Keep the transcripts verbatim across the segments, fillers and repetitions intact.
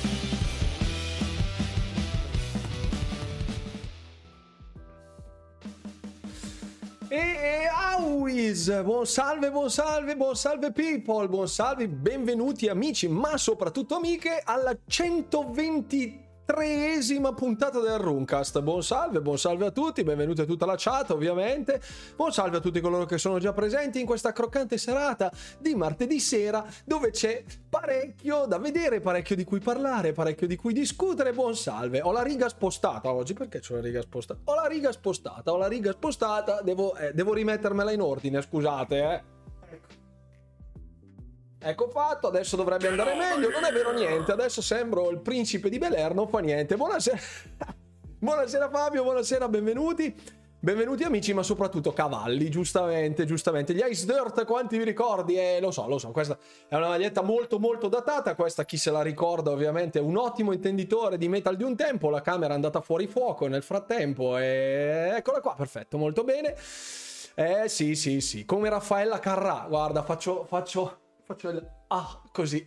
E, e always, buon salve, buon salve, buon salve people, buon salve, benvenuti amici, ma soprattutto amiche, alla centoventitreesima puntata del Runcast. Buon salve, buon salve a tutti, benvenuti a tutta la chat ovviamente, buon salve a tutti coloro che sono già presenti in questa croccante serata di martedì sera, dove c'è parecchio da vedere, parecchio di cui parlare, parecchio di cui discutere. Buon salve, ho la riga spostata oggi, perché c'ho la riga spostata? Ho la riga spostata, ho la riga spostata, devo, eh, devo rimettermela in ordine, scusate eh. Ecco fatto, adesso dovrebbe andare meglio, non è vero niente, adesso sembro il principe di Bel Air, non fa niente. Buonasera, buonasera Fabio, buonasera, benvenuti. Benvenuti amici, ma soprattutto cavalli, giustamente, giustamente. Gli Ice Dirt, quanti vi ricordi? Eh, lo so, lo so, questa è una maglietta molto molto datata, questa chi se la ricorda ovviamente è un ottimo intenditore di metal di un tempo, la camera è andata fuori fuoco nel frattempo e eccola qua, perfetto, molto bene. Eh sì, sì, sì, come Raffaella Carrà, guarda, faccio, faccio, faccio il... ah, così...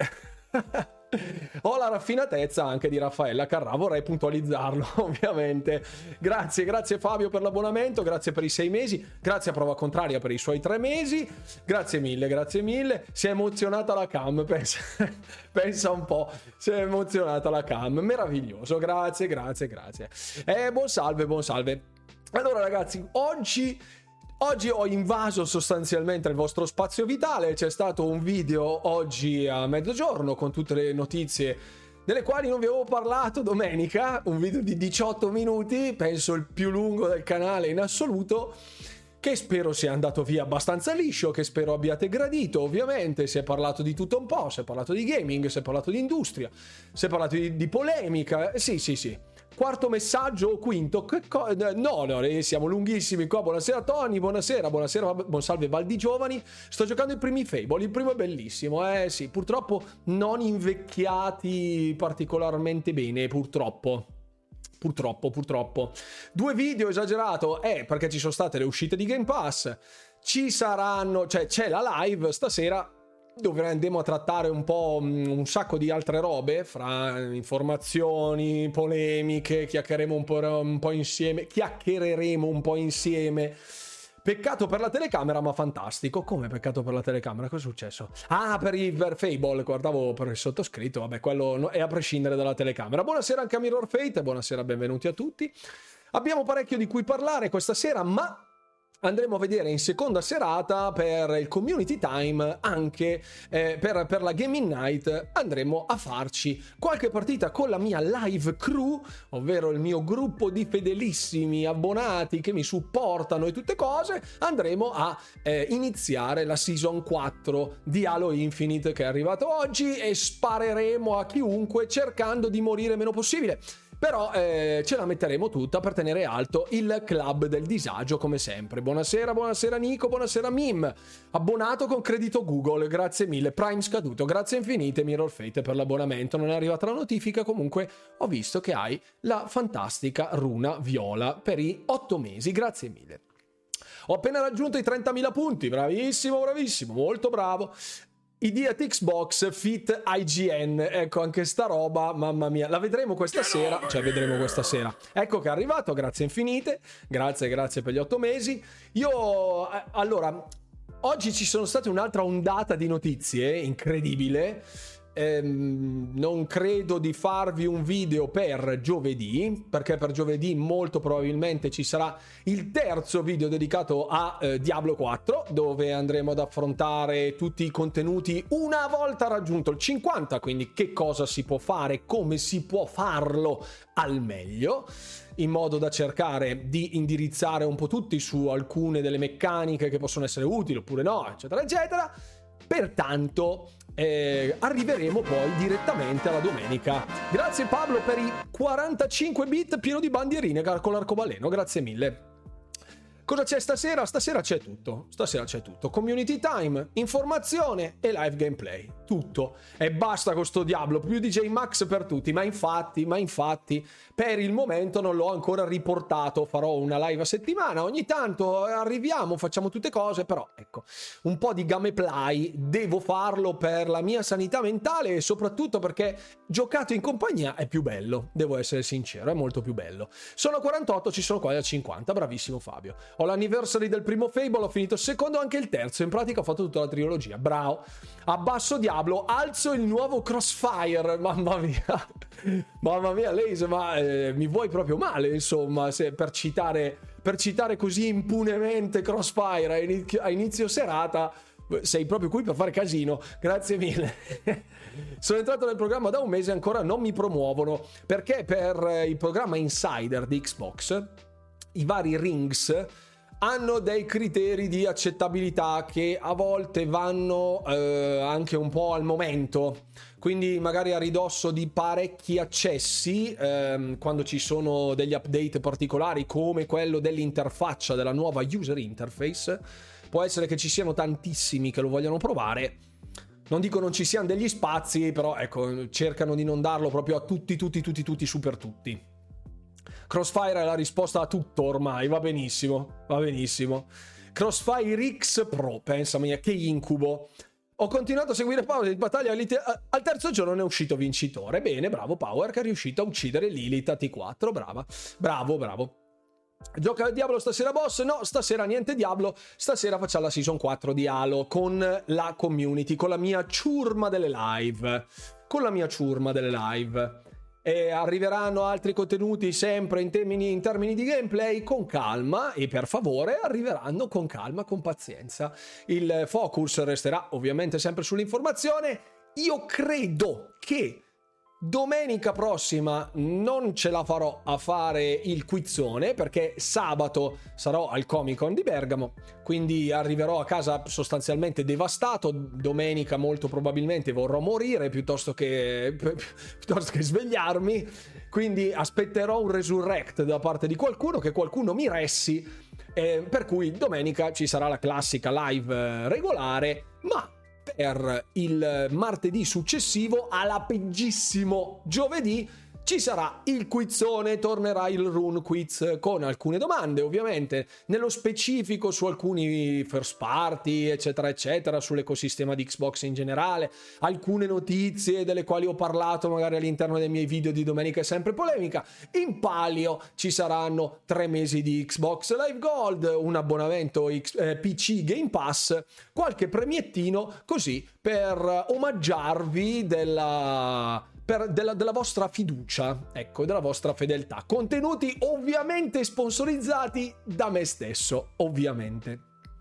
Ho la raffinatezza anche di Raffaella Carrà, vorrei puntualizzarlo ovviamente. Grazie, grazie Fabio per l'abbonamento, grazie per i sei mesi, grazie a Prova Contraria per i suoi tre mesi, grazie mille, grazie mille. Si è emozionata la cam, pensa, pensa un po', si è emozionata la cam, meraviglioso, grazie, grazie, grazie. Eh, buon salve, buon salve. Allora ragazzi, oggi... Oggi ho invaso sostanzialmente il vostro spazio vitale, c'è stato un video oggi a mezzogiorno con tutte le notizie delle quali non vi avevo parlato domenica, un video di diciotto minuti, penso il più lungo del canale in assoluto, che spero sia andato via abbastanza liscio, che spero abbiate gradito. Ovviamente si è parlato di tutto un po', si è parlato di gaming, si è parlato di industria, si è parlato di, di polemica, sì sì sì. Quarto messaggio o quinto? Che co- no, no, siamo lunghissimi qua. Buonasera Tony, buonasera, buonasera, buon salve Val di Giovani. Sto giocando i primi Fable, il primo è bellissimo, eh sì, purtroppo non invecchiati particolarmente bene, purtroppo. Purtroppo, purtroppo. Due video, esagerato, eh, perché ci sono state le uscite di Game Pass, ci saranno, cioè c'è la live stasera, dove andremo a trattare un po' un sacco di altre robe, fra informazioni, polemiche, chiacchiereremo un po', un po' insieme, chiacchiereremo un po' insieme. Peccato per la telecamera, ma fantastico. Come peccato per la telecamera? Cosa è successo? Ah, per il per Fable, guardavo per il sottoscritto, vabbè, quello è a prescindere dalla telecamera. Buonasera anche a Mirror Fate, buonasera, benvenuti a tutti. Abbiamo parecchio di cui parlare questa sera, ma... andremo a vedere in seconda serata per il community time, anche eh, per, per la gaming night andremo a farci qualche partita con la mia live crew, ovvero il mio gruppo di fedelissimi abbonati che mi supportano e tutte cose. Andremo a eh, iniziare la season quattro di Halo Infinite che è arrivato oggi e spareremo a chiunque cercando di morire meno possibile. Però eh, ce la metteremo tutta per tenere alto il club del disagio come sempre. Buonasera, buonasera Nico, buonasera Mim, abbonato con credito Google, grazie mille. Prime scaduto, grazie infinite Mirror Fate per l'abbonamento. Non è arrivata la notifica, comunque ho visto che hai la fantastica runa viola per i otto mesi, grazie mille. Ho appena raggiunto i trentamila punti, bravissimo, bravissimo, molto bravo. Idiot Xbox Fit I G N, ecco anche sta roba, mamma mia, la vedremo questa sera, cioè vedremo questa sera. Ecco che è arrivato, grazie infinite, grazie, grazie per gli otto mesi. Io, allora, oggi ci sono state un'altra ondata di notizie, incredibile. Ehm, non credo di farvi un video per giovedì, perché per giovedì molto probabilmente ci sarà il terzo video dedicato a eh, Diablo quattro, dove andremo ad affrontare tutti i contenuti una volta raggiunto il cinquanta, quindi che cosa si può fare, come si può farlo al meglio, in modo da cercare di indirizzare un po' tutti su alcune delle meccaniche che possono essere utili oppure no, eccetera eccetera. Pertanto eh, arriveremo poi direttamente alla domenica. Grazie Pablo per i quarantacinque bit pieno di bandierine con l'arcobaleno, grazie mille. Cosa c'è stasera? Stasera c'è tutto. Stasera c'è tutto. Community time, informazione e live gameplay. Tutto. E basta con sto diavolo. Più D J Max per tutti. Ma infatti, ma infatti, per il momento non l'ho ancora riportato. Farò una live a settimana. Ogni tanto arriviamo, facciamo tutte cose. Però, ecco, un po' di gameplay devo farlo per la mia sanità mentale e soprattutto perché giocato in compagnia è più bello. Devo essere sincero, è molto più bello. Sono quarantotto, ci sono quasi a cinquanta. Bravissimo Fabio. Ho l'anniversary del primo Fable, ho finito il secondo, anche il terzo. In pratica ho fatto tutta la trilogia. Bravo. Abbasso Diablo, alzo il nuovo Crossfire. Mamma mia. Mamma mia, Lace, ma eh, mi vuoi proprio male, insomma, se, per citare per citare così impunemente Crossfire a inizio, a inizio serata. Sei proprio qui per fare casino. Grazie mille. Sono entrato nel programma da un mese e ancora non mi promuovono, perché per il programma Insider di Xbox i vari rings hanno dei criteri di accettabilità che a volte vanno eh, anche un po' al momento, quindi magari a ridosso di parecchi accessi, ehm, quando ci sono degli update particolari come quello dell'interfaccia della nuova user interface, può essere che ci siano tantissimi che lo vogliono provare. Non dico non ci siano degli spazi, però ecco, cercano di non darlo proprio a tutti, tutti, tutti, tutti, super tutti. Crossfire è la risposta a tutto ormai, va benissimo, va benissimo. Crossfire X Pro, pensami, che incubo. Ho continuato a seguire Power di battaglia Elite, al terzo giorno ne è uscito vincitore. Bene, bravo Power che è riuscito a uccidere Lilith a T quattro, brava. Bravo, bravo. Gioca al Diablo stasera boss? No, stasera niente Diablo, stasera facciamo la season quattro di Halo con la community, con la mia ciurma delle live. Con la mia ciurma delle live. E arriveranno altri contenuti sempre in termini, in termini di gameplay con calma, e per favore arriveranno con calma, con pazienza. Il focus resterà ovviamente sempre sull'informazione. Io credo che domenica prossima non ce la farò a fare il quizzone perché sabato sarò al Comic Con di Bergamo, quindi arriverò a casa sostanzialmente devastato. Domenica molto probabilmente vorrò morire piuttosto che piuttosto che svegliarmi, quindi aspetterò un resurrect da parte di qualcuno, che qualcuno mi ressi, eh, per cui domenica ci sarà la classica live regolare, ma per il martedì successivo, alla peggissimo giovedì, ci sarà il quizzone, tornerà il Rune Quiz con alcune domande, ovviamente, nello specifico su alcuni first party, eccetera, eccetera, sull'ecosistema di Xbox in generale, alcune notizie delle quali ho parlato magari all'interno dei miei video di domenica è sempre polemica. In palio ci saranno tre mesi di Xbox Live Gold, un abbonamento X, eh, P C Game Pass, qualche premiettino così per omaggiarvi della... Per della, della vostra fiducia, ecco, della vostra fedeltà. Contenuti ovviamente sponsorizzati da me stesso, ovviamente.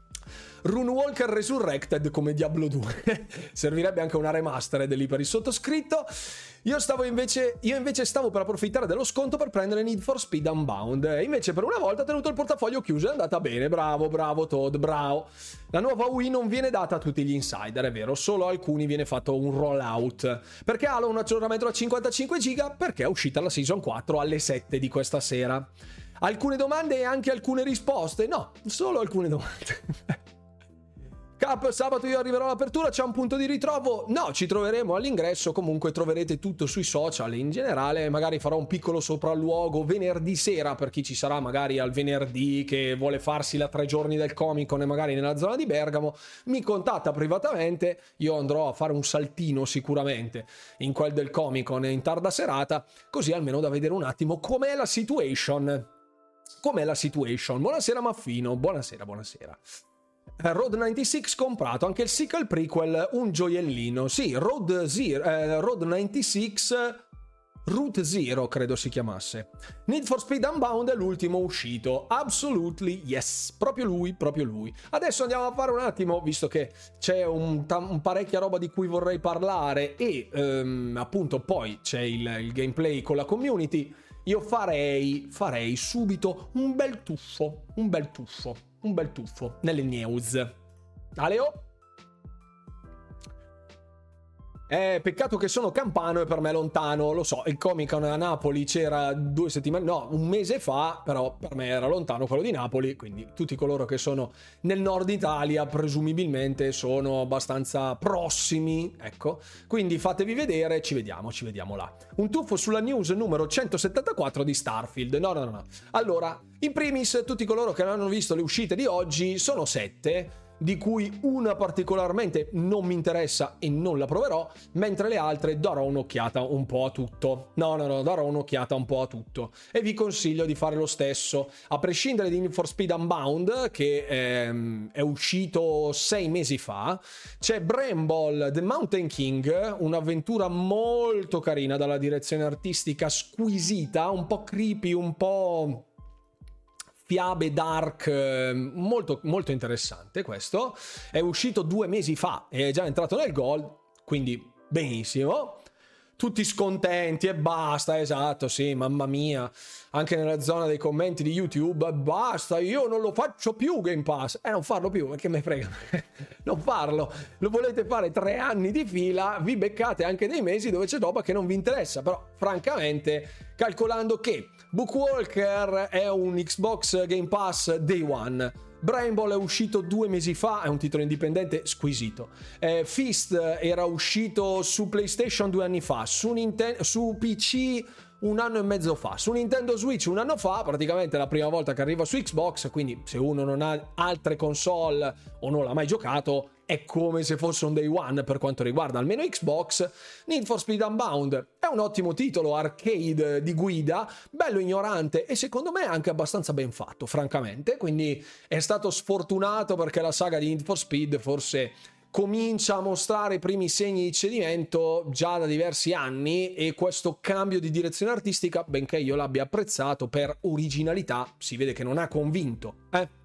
Runewalker Resurrected come Diablo due. Servirebbe anche una remastered lì per il sottoscritto. Io stavo invece io invece stavo per approfittare dello sconto per prendere Need for Speed Unbound. E invece per una volta ho tenuto il portafoglio chiuso, è andata bene. Bravo, bravo Todd, bravo. La nuova Wii non viene data a tutti gli insider, è vero, solo a alcuni viene fatto un rollout. Perché Halo un aggiornamento da cinquantacinque giga? Perché è uscita la Season quattro alle sette di questa sera. Alcune domande e anche alcune risposte? No, solo alcune domande. Cap, sabato io arriverò all'apertura, c'è un punto di ritrovo? No, ci troveremo all'ingresso, comunque troverete tutto sui social in generale, magari farò un piccolo sopralluogo venerdì sera per chi ci sarà magari al venerdì che vuole farsi la tre giorni del Comic Con e magari nella zona di Bergamo, mi contatta privatamente, io andrò a fare un saltino sicuramente in quel del Comic Con in tarda serata, così almeno da vedere un attimo com'è la situation. Com'è la situation? Buonasera Maffino, buonasera, buonasera. Road novantasei comprato, anche il sequel prequel, un gioiellino. Sì, Road Zero, eh, Road novantasei Route Zero credo si chiamasse. Need for Speed Unbound è l'ultimo uscito. Absolutely yes, proprio lui, proprio lui. Adesso andiamo a fare un attimo, visto che c'è un, un parecchia roba di cui vorrei parlare e um, appunto poi c'è il, il gameplay con la community. Io farei, farei subito un bel tuffo, un bel tuffo, un bel tuffo nelle news. Aleo? È peccato che sono campano e per me è lontano, lo so, il Comic Con a Napoli c'era due settimane, no, un mese fa, però per me era lontano quello di Napoli, quindi tutti coloro che sono nel nord Italia presumibilmente sono abbastanza prossimi, ecco, quindi fatevi vedere, ci vediamo, ci vediamo là. Un tuffo sulla news numero centosettantaquattro di Starfield, no, no, no, no. Allora, in primis, tutti coloro che non hanno visto le uscite di oggi sono sette, di cui una particolarmente non mi interessa e non la proverò, mentre le altre darò un'occhiata un po' a tutto. No, no, no, darò un'occhiata un po' a tutto. E vi consiglio di fare lo stesso, a prescindere di Need for Speed Unbound, che ehm, è uscito sei mesi fa. C'è Bramble The Mountain King, un'avventura molto carina dalla direzione artistica squisita, un po' creepy, un po' fiabe dark, molto molto interessante. Questo è uscito due mesi fa e è già entrato nel Gold, quindi benissimo, tutti scontenti e basta. Esatto, sì, mamma mia, anche nella zona dei commenti di YouTube, basta, io non lo faccio più Game Pass. Eh, non farlo più, perché me frega. Non farlo, lo volete fare tre anni di fila, vi beccate anche dei mesi dove c'è roba che non vi interessa. Però francamente, calcolando che Bookwalker è un Xbox Game Pass Day One, Bramble è uscito due mesi fa, è un titolo indipendente squisito, eh, Fist era uscito su PlayStation due anni fa, su, Ninten- su P C un anno e mezzo fa, su Nintendo Switch un anno fa, praticamente la prima volta che arriva su Xbox, quindi se uno non ha altre console o non l'ha mai giocato è come se fosse un day one per quanto riguarda almeno Xbox. Need for Speed Unbound è un ottimo titolo arcade di guida, bello ignorante e secondo me anche abbastanza ben fatto, francamente, quindi è stato sfortunato perché la saga di Need for Speed forse comincia a mostrare i primi segni di cedimento già da diversi anni, e questo cambio di direzione artistica, benché io l'abbia apprezzato per originalità, si vede che non ha convinto, eh?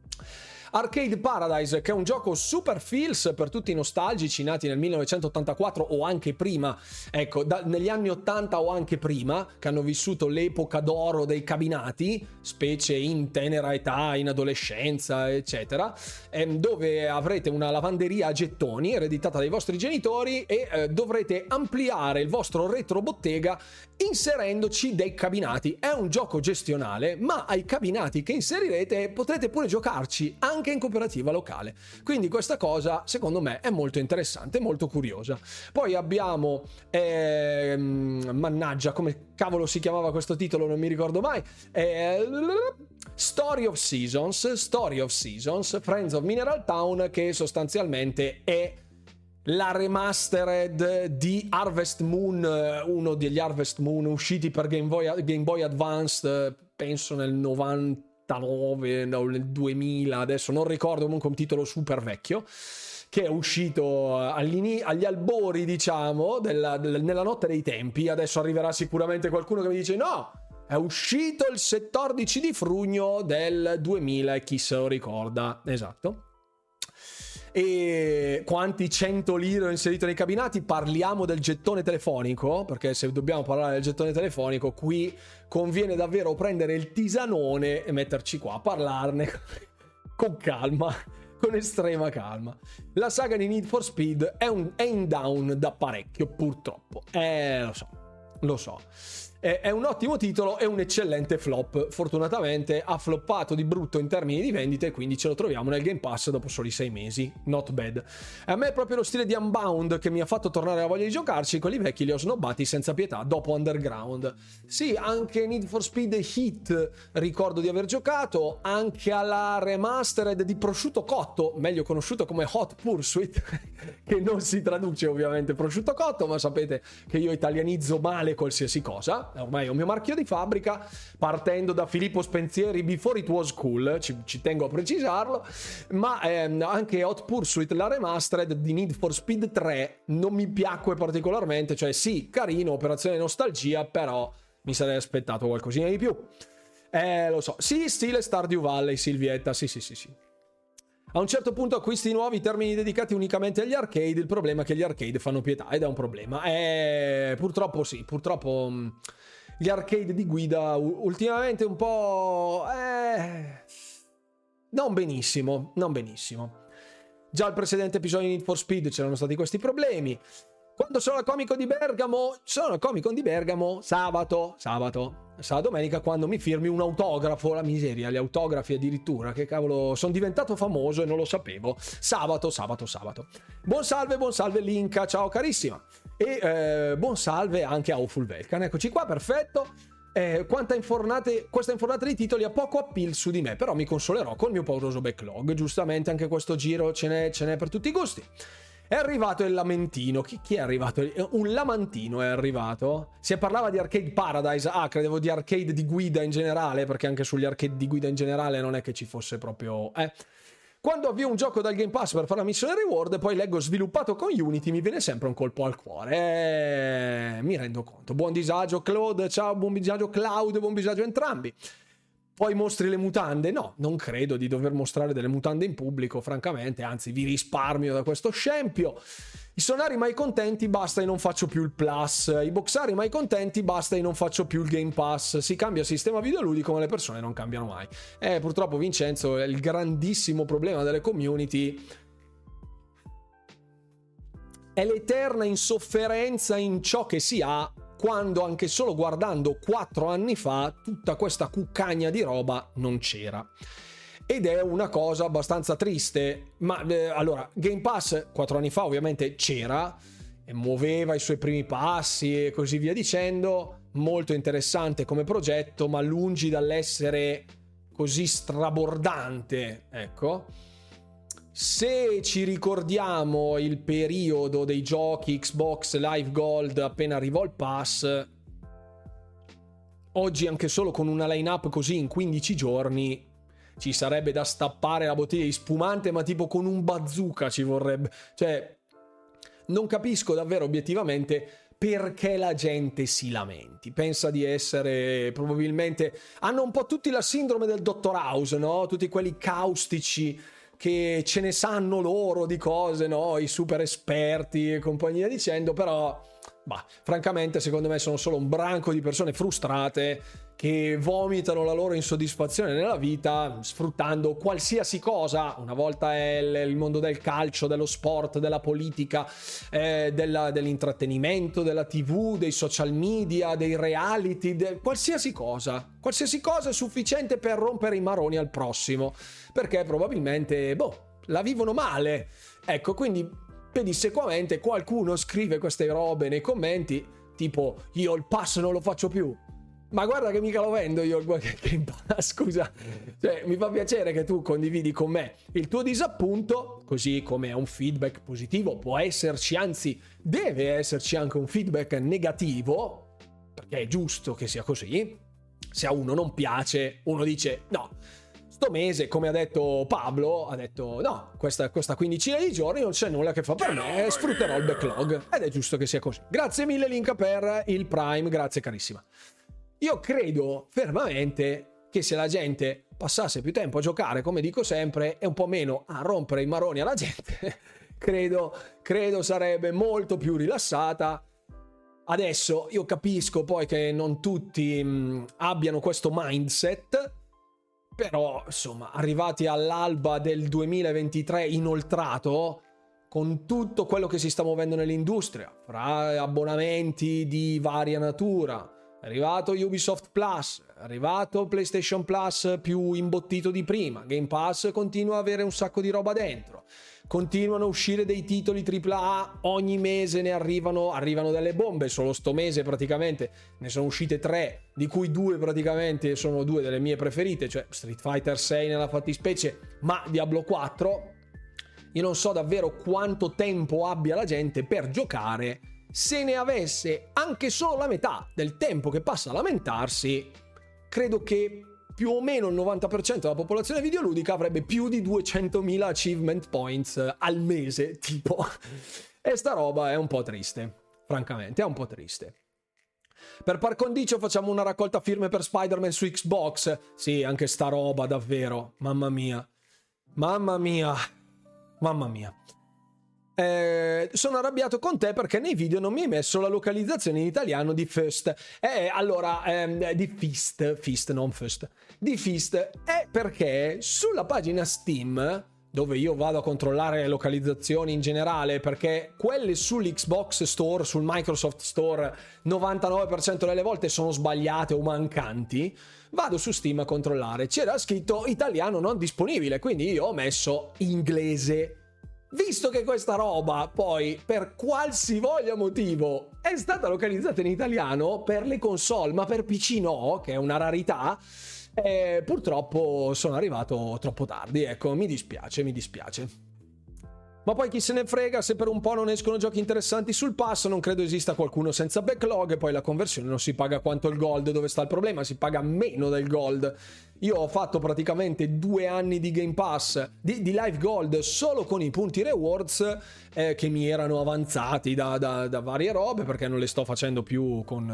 Arcade Paradise, che è un gioco super feels per tutti i nostalgici nati nel millenovecentottantaquattro o anche prima, ecco, da, negli anni ottanta o anche prima, che hanno vissuto l'epoca d'oro dei cabinati, specie in tenera età, in adolescenza, eccetera, ehm, dove avrete una lavanderia a gettoni ereditata dai vostri genitori e eh, dovrete ampliare il vostro retrobottega inserendoci dei cabinati. È un gioco gestionale, ma ai cabinati che inserirete potrete pure giocarci anche in cooperativa locale, quindi questa cosa secondo me è molto interessante, molto curiosa. Poi abbiamo ehm, mannaggia, come cavolo si chiamava questo titolo, non mi ricordo mai, eh, Story of Seasons Story of Seasons Friends of Mineral Town, che sostanzialmente è la remastered di Harvest Moon, uno degli Harvest Moon usciti per Game Boy, Game Boy Advanced, penso nel novanta no, nel duemila, adesso non ricordo, comunque un titolo super vecchio che è uscito agli albori, diciamo, della, della, nella notte dei tempi. Adesso arriverà sicuramente qualcuno che mi dice no, è uscito il settordici di Frugno del duemila e chi se lo ricorda. Esatto. E quanti cento lire ho inserito nei cabinati? Parliamo del gettone telefonico, perché se dobbiamo parlare del gettone telefonico qui conviene davvero prendere il tisanone e metterci qua a parlarne con calma, con estrema calma. La saga di Need for Speed è, un, è in down da parecchio, purtroppo, eh lo so, lo so. È un ottimo titolo e un eccellente flop. Fortunatamente ha floppato di brutto in termini di vendite, quindi ce lo troviamo nel Game Pass dopo soli sei mesi. Not bad. A me è proprio lo stile di Unbound che mi ha fatto tornare la voglia di giocarci. Quelli vecchi li ho snobbati senza pietà dopo Underground. Sì, anche Need for Speed Heat ricordo di aver giocato, anche alla remastered di Prosciutto Cotto, meglio conosciuto come Hot Pursuit, che non si traduce ovviamente Prosciutto Cotto, ma sapete che io italianizzo male qualsiasi cosa. Ormai è un mio marchio di fabbrica, partendo da Filippo Spensieri Before It Was Cool, ci, ci tengo a precisarlo. Ma ehm, anche Hot Pursuit, la remastered di Need for Speed tre, non mi piacque particolarmente. Cioè sì, carino, operazione nostalgia, però mi sarei aspettato qualcosina di più. Eh, lo so. Sì, stile Stardew Valley, Silvietta, sì sì sì sì. A un certo punto acquisti nuovi termini dedicati unicamente agli arcade. Il problema è che gli arcade fanno pietà ed è un problema. Eh, purtroppo sì, purtroppo mh, gli arcade di guida ultimamente un po' eh, non benissimo, non benissimo. Già al precedente episodio di Need for Speed c'erano stati questi problemi. Quando sono al Comic Con di Bergamo? Sono al Comic Con di Bergamo sabato, sabato. Sarà domenica quando mi firmi un autografo, la miseria, gli autografi addirittura, che cavolo, sono diventato famoso e non lo sapevo. Sabato, sabato, sabato. Buon salve, buon salve Linka, ciao carissima. E eh, buon salve anche a Awful Velkan, eccoci qua, perfetto. Eh, quanta infornate, questa infornata di titoli ha poco appeal su di me, però mi consolerò col mio pauroso backlog, giustamente anche questo giro ce n'è, ce n'è per tutti i gusti. È arrivato il lamentino. Chi, chi è arrivato? Un lamantino è arrivato. Si parlava di Arcade Paradise. Ah, credevo di arcade di guida in generale, perché anche sugli arcade di guida in generale non è che ci fosse proprio... Eh. Quando avvio un gioco dal Game Pass per fare la missione reward e poi leggo sviluppato con Unity, mi viene sempre un colpo al cuore. Eh, mi rendo conto. Buon disagio Claude, ciao, buon disagio Cloud, buon disagio entrambi. Poi mostri le mutande? No, non credo di dover mostrare delle mutande in pubblico, francamente, anzi vi risparmio da questo scempio. I sonari mai contenti, basta e non faccio più il Plus. I boxari mai contenti, basta e non faccio più il Game Pass. Si cambia sistema videoludico, ma le persone non cambiano mai. Eh, purtroppo Vincenzo, il grandissimo problema delle community è l'eterna insofferenza in ciò che si ha, quando anche solo guardando quattro anni fa tutta questa cuccagna di roba non c'era. Ed è una cosa abbastanza triste, ma eh, allora Game Pass quattro anni fa ovviamente c'era e muoveva i suoi primi passi e così via dicendo, molto interessante come progetto, ma lungi dall'essere così strabordante, ecco. Se ci ricordiamo il periodo dei giochi Xbox Live Gold appena arrivò il pass, oggi anche solo con una line-up così in quindici giorni ci sarebbe da stappare la bottiglia di spumante, ma tipo con un bazooka ci vorrebbe. Cioè, non capisco davvero obiettivamente perché la gente si lamenti. Pensa di essere probabilmente... Hanno un po' tutti la sindrome del dottor House, no? Tutti quelli caustici che ce ne sanno loro di cose, no? I super esperti e compagnia dicendo, però, bah, francamente secondo me sono solo un branco di persone frustrate che vomitano la loro insoddisfazione nella vita sfruttando qualsiasi cosa. Una volta è il mondo del calcio, dello sport, della politica, eh, della, dell'intrattenimento, della tivù, dei social media, dei reality, de- qualsiasi cosa. Qualsiasi cosa è sufficiente per rompere i maroni al prossimo, perché probabilmente, boh, la vivono male. Ecco, quindi pedissequamente qualcuno scrive queste robe nei commenti, tipo, io il pass non lo faccio più. Ma guarda che mica lo vendo io il Game Pass, scusa. Cioè, mi fa piacere che tu condividi con me il tuo disappunto, così come è un feedback positivo, può esserci, anzi deve esserci anche un feedback negativo, perché è giusto che sia così. Se a uno non piace, uno dice no, sto mese, come ha detto Pablo, ha detto no, questa, questa quindicina di giorni non c'è nulla che fa per me, sfrutterò il backlog, ed è giusto che sia così. Grazie mille Linka per il Prime, grazie carissima. Io credo fermamente che se la gente passasse più tempo a giocare, come dico sempre, e un po' meno a rompere i maroni alla gente, credo, credo sarebbe molto più rilassata. Adesso io capisco poi che non tutti mh, abbiano questo mindset, però insomma, arrivati all'alba del duemilaventitré inoltrato, con tutto quello che si sta muovendo nell'industria, fra abbonamenti di varia natura, è arrivato Ubisoft Plus, è arrivato PlayStation Plus più imbottito di prima, Game Pass continua a avere un sacco di roba dentro, continuano a uscire dei titoli tripla A, ogni mese ne arrivano, arrivano delle bombe. Solo sto mese praticamente ne sono uscite tre, di cui due praticamente sono due delle mie preferite, cioè Street Fighter sei nella fattispecie, ma Diablo quattro. Io non so davvero quanto tempo abbia la gente per giocare. Se ne avesse anche solo la metà del tempo che passa a lamentarsi, credo che più o meno il novanta per cento della popolazione videoludica avrebbe più di duecentomila achievement points al mese, tipo. E sta roba è un po' triste, francamente, è un po' triste. Per par condicio facciamo una raccolta firme per Spider-Man su Xbox. Sì, anche sta roba, davvero, mamma mia. Mamma mia. Mamma mia. Eh, sono arrabbiato con te perché nei video non mi hai messo la localizzazione in italiano di First. Eh, allora, ehm, di Fist, Fist, non First. Di Fist è perché sulla pagina Steam dove io vado a controllare le localizzazioni in generale, perché quelle sull'Xbox Store, sul Microsoft Store, novantanove per cento delle volte sono sbagliate o mancanti, vado su Steam a controllare. C'era scritto italiano non disponibile, quindi io ho messo inglese. Visto che questa roba poi, per qualsivoglia motivo, è stata localizzata in italiano per le console, ma per P C no, che è una rarità, eh, purtroppo sono arrivato troppo tardi, ecco, mi dispiace, mi dispiace. Ma poi chi se ne frega, se per un po' non escono giochi interessanti sul pass, non credo esista qualcuno senza backlog, e poi la conversione non si paga quanto il gold. Dove sta il problema? Si paga meno del gold. Io ho fatto praticamente due anni di Game Pass, di, di Live Gold, solo con i punti rewards eh, che mi erano avanzati da, da, da varie robe, perché non le sto facendo più con,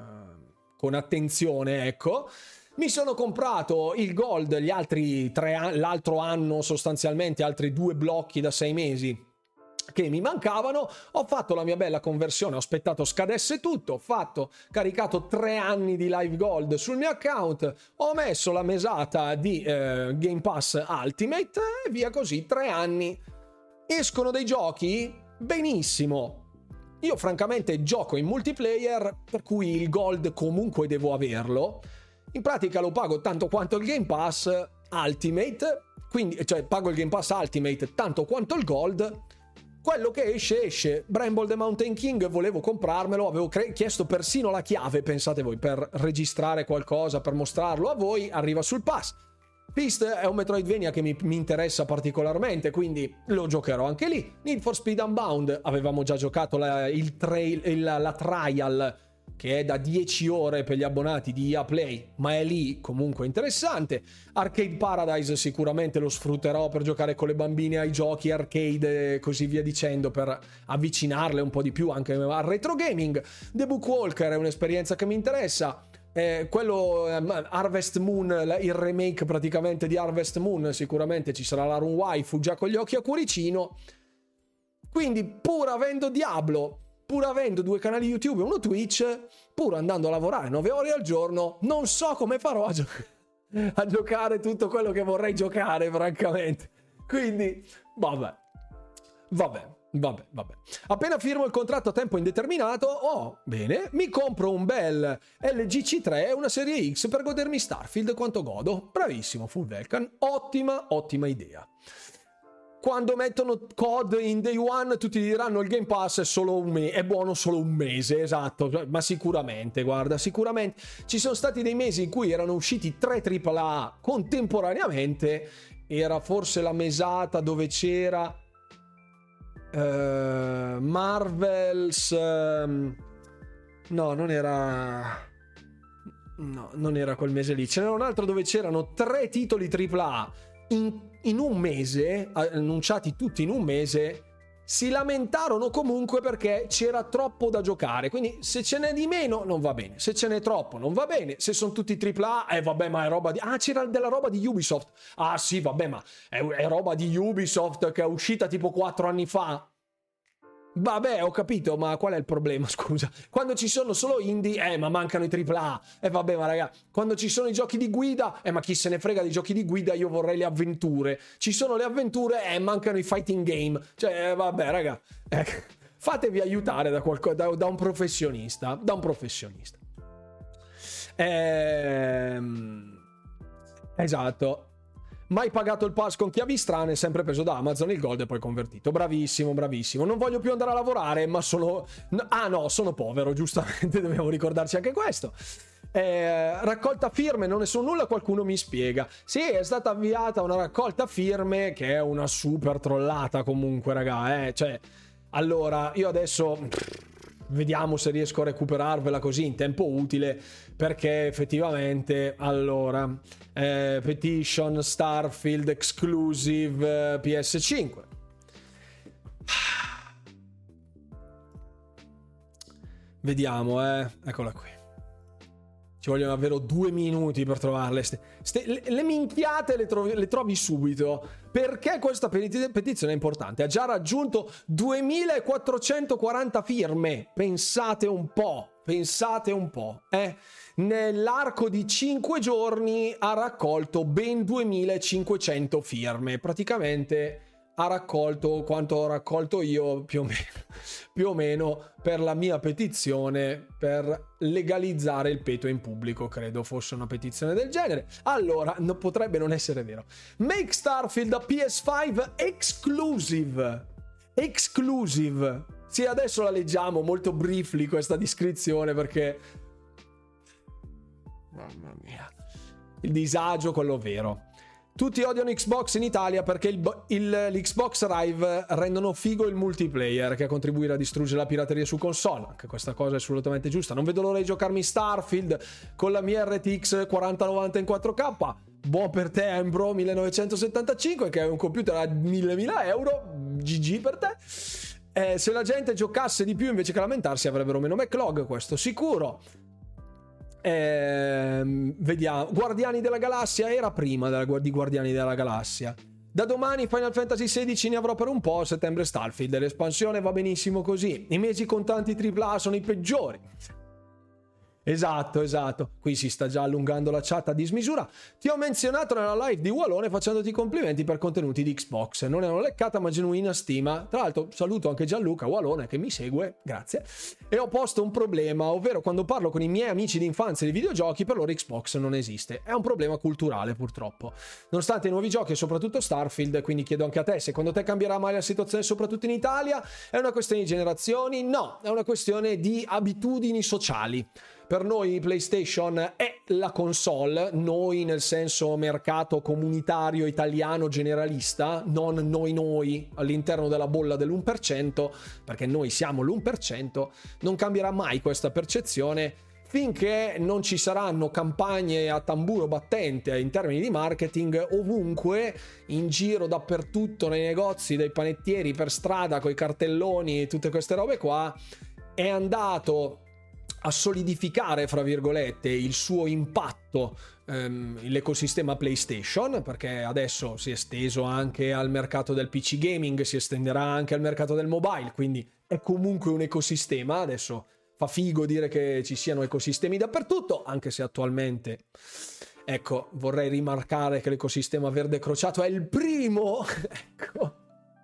uh, con attenzione, ecco. Mi sono comprato il gold gli altri tre, l'altro anno sostanzialmente, altri due blocchi da sei mesi che mi mancavano. Ho fatto la mia bella conversione, ho aspettato scadesse tutto, ho fatto, caricato tre anni di Live Gold sul mio account, ho messo la mesata di eh, Game Pass Ultimate e via così, tre anni. Escono dei giochi? Benissimo. Io francamente gioco in multiplayer, per cui il gold comunque devo averlo. In pratica lo pago tanto quanto il Game Pass Ultimate, quindi, cioè pago il Game Pass Ultimate tanto quanto il gold. Quello che esce esce. Bramble the Mountain King volevo comprarmelo, avevo cre- chiesto persino la chiave, pensate voi, per registrare qualcosa, per mostrarlo a voi, arriva sul pass. Fist è un Metroidvania che mi, mi interessa particolarmente, quindi lo giocherò anche lì. Need for Speed Unbound, avevamo già giocato la, il trail, il, la trial, che è da dieci ore per gli abbonati di E A Play, ma è lì comunque interessante. Arcade Paradise sicuramente lo sfrutterò per giocare con le bambine ai giochi arcade e così via dicendo, per avvicinarle un po' di più anche al retro gaming. The Bookwalker è un'esperienza che mi interessa. Eh, quello eh, Harvest Moon, il remake praticamente di Harvest Moon, sicuramente ci sarà la run waifu già con gli occhi a cuoricino. Quindi, pur avendo Diablo, pur avendo due canali YouTube e uno Twitch, pur andando a lavorare nove ore al giorno, non so come farò a, gio- a giocare tutto quello che vorrei giocare, francamente. Quindi, vabbè, vabbè, vabbè, vabbè. Appena firmo il contratto a tempo indeterminato, oh, bene, mi compro un bel L G C tre e una serie X per godermi Starfield quanto godo. Bravissimo, Full Vulcan, ottima, ottima idea. Quando mettono C O D in Day One tutti diranno il Game Pass è solo un mese, è buono solo un mese, esatto, ma sicuramente, guarda, sicuramente ci sono stati dei mesi in cui erano usciti tre tripla A contemporaneamente. Era forse la mesata dove c'era uh, Marvel's uh, no, non era no, non era quel mese lì, ce n'era un altro dove c'erano tre titoli tripla A in in un mese, annunciati tutti in un mese. Si lamentarono comunque perché c'era troppo da giocare, quindi se ce n'è di meno non va bene, se ce n'è troppo non va bene, se sono tutti tripla A, eh vabbè, ma è roba di... ah, c'era della roba di Ubisoft, ah sì vabbè, ma è, è roba di Ubisoft che è uscita tipo quattro anni fa. Vabbè, ho capito, ma qual è il problema, scusa? Quando ci sono solo indie, eh, ma mancano i tripla A. E eh, vabbè, ma raga, quando ci sono i giochi di guida, eh, ma chi se ne frega dei giochi di guida, io vorrei le avventure. Ci sono le avventure, eh, mancano i fighting game. Cioè, eh, vabbè, raga, eh, fatevi aiutare da, qualco, da, da un professionista, da un professionista. Ehm... Esatto. Mai pagato il pass con chiavi strane, sempre preso da Amazon il gold e poi convertito. Bravissimo, bravissimo. Non voglio più andare a lavorare, ma sono... Ah no, sono povero, giustamente, dobbiamo ricordarci anche questo. Eh, raccolta firme, non ne so nulla, qualcuno mi spiega. Sì, è stata avviata una raccolta firme, che è una super trollata comunque, raga, eh. Cioè, allora, io adesso... vediamo se riesco a recuperarvela così in tempo utile, perché effettivamente, allora, eh, petition Starfield exclusive eh, P S cinque. Vediamo, eh, eccola qui. Ci vogliono davvero due minuti per trovarle. Ste, ste, le, le minchiate le trovi, le trovi subito. Perché questa petizione è importante? Ha già raggiunto duemilaquattrocentoquaranta firme. Pensate un po'. pensate un po', eh? Nell'arco di cinque giorni ha raccolto ben duemilacinquecento firme, praticamente ha raccolto quanto ho raccolto io più o meno, più o meno per la mia petizione per legalizzare il peto in pubblico, credo fosse una petizione del genere. Allora, no, potrebbe non essere vero. Make Starfield a P S cinque exclusive. Exclusive. Sì, adesso la leggiamo molto briefly questa descrizione perché mamma mia, il disagio, quello vero. Tutti odiano Xbox in Italia perché il, il, l'Xbox Live rendono figo il multiplayer che contribuirà a distruggere la pirateria su console. Anche questa cosa è assolutamente giusta. Non vedo l'ora di giocarmi Starfield con la mia R T X quaranta novanta in quattro K. Buon per te, Embro millenovecentosettantacinque, che è un computer a mille euro. G G per te. Eh, se la gente giocasse di più invece che lamentarsi avrebbero meno backlog, questo sicuro. Eh, vediamo. Guardiani della Galassia era prima della, di Guardiani della Galassia. Da domani Final Fantasy sedici ne avrò per un po', a settembre Starfield, l'espansione va benissimo così. I mesi con tanti tripla A sono i peggiori. Esatto, esatto. Qui si sta già allungando la chat a dismisura. Ti ho menzionato nella live di Walone facendoti complimenti per contenuti di Xbox. Non è una leccata ma genuina stima. Tra l'altro saluto anche Gianluca Walone che mi segue, grazie. E ho posto un problema, ovvero quando parlo con i miei amici di infanzia di videogiochi per loro Xbox non esiste. È un problema culturale purtroppo. Nonostante i nuovi giochi e soprattutto Starfield, quindi chiedo anche a te, secondo te cambierà mai la situazione soprattutto in Italia? È una questione di generazioni? No, è una questione di abitudini sociali. Per noi PlayStation è la console, noi nel senso mercato comunitario italiano generalista, non noi noi all'interno della bolla dell'uno per cento, perché noi siamo l'uno per cento, non cambierà mai questa percezione finché non ci saranno campagne a tamburo battente in termini di marketing ovunque, in giro dappertutto, nei negozi, dai panettieri, per strada, coi cartelloni e tutte queste robe qua. È andato a solidificare, fra virgolette, il suo impatto ehm, l'ecosistema PlayStation, perché adesso si è esteso anche al mercato del P C gaming, si estenderà anche al mercato del mobile, quindi è comunque un ecosistema. Adesso fa figo dire che ci siano ecosistemi dappertutto, anche se attualmente, ecco, vorrei rimarcare che l'ecosistema verde crociato è il primo, ecco.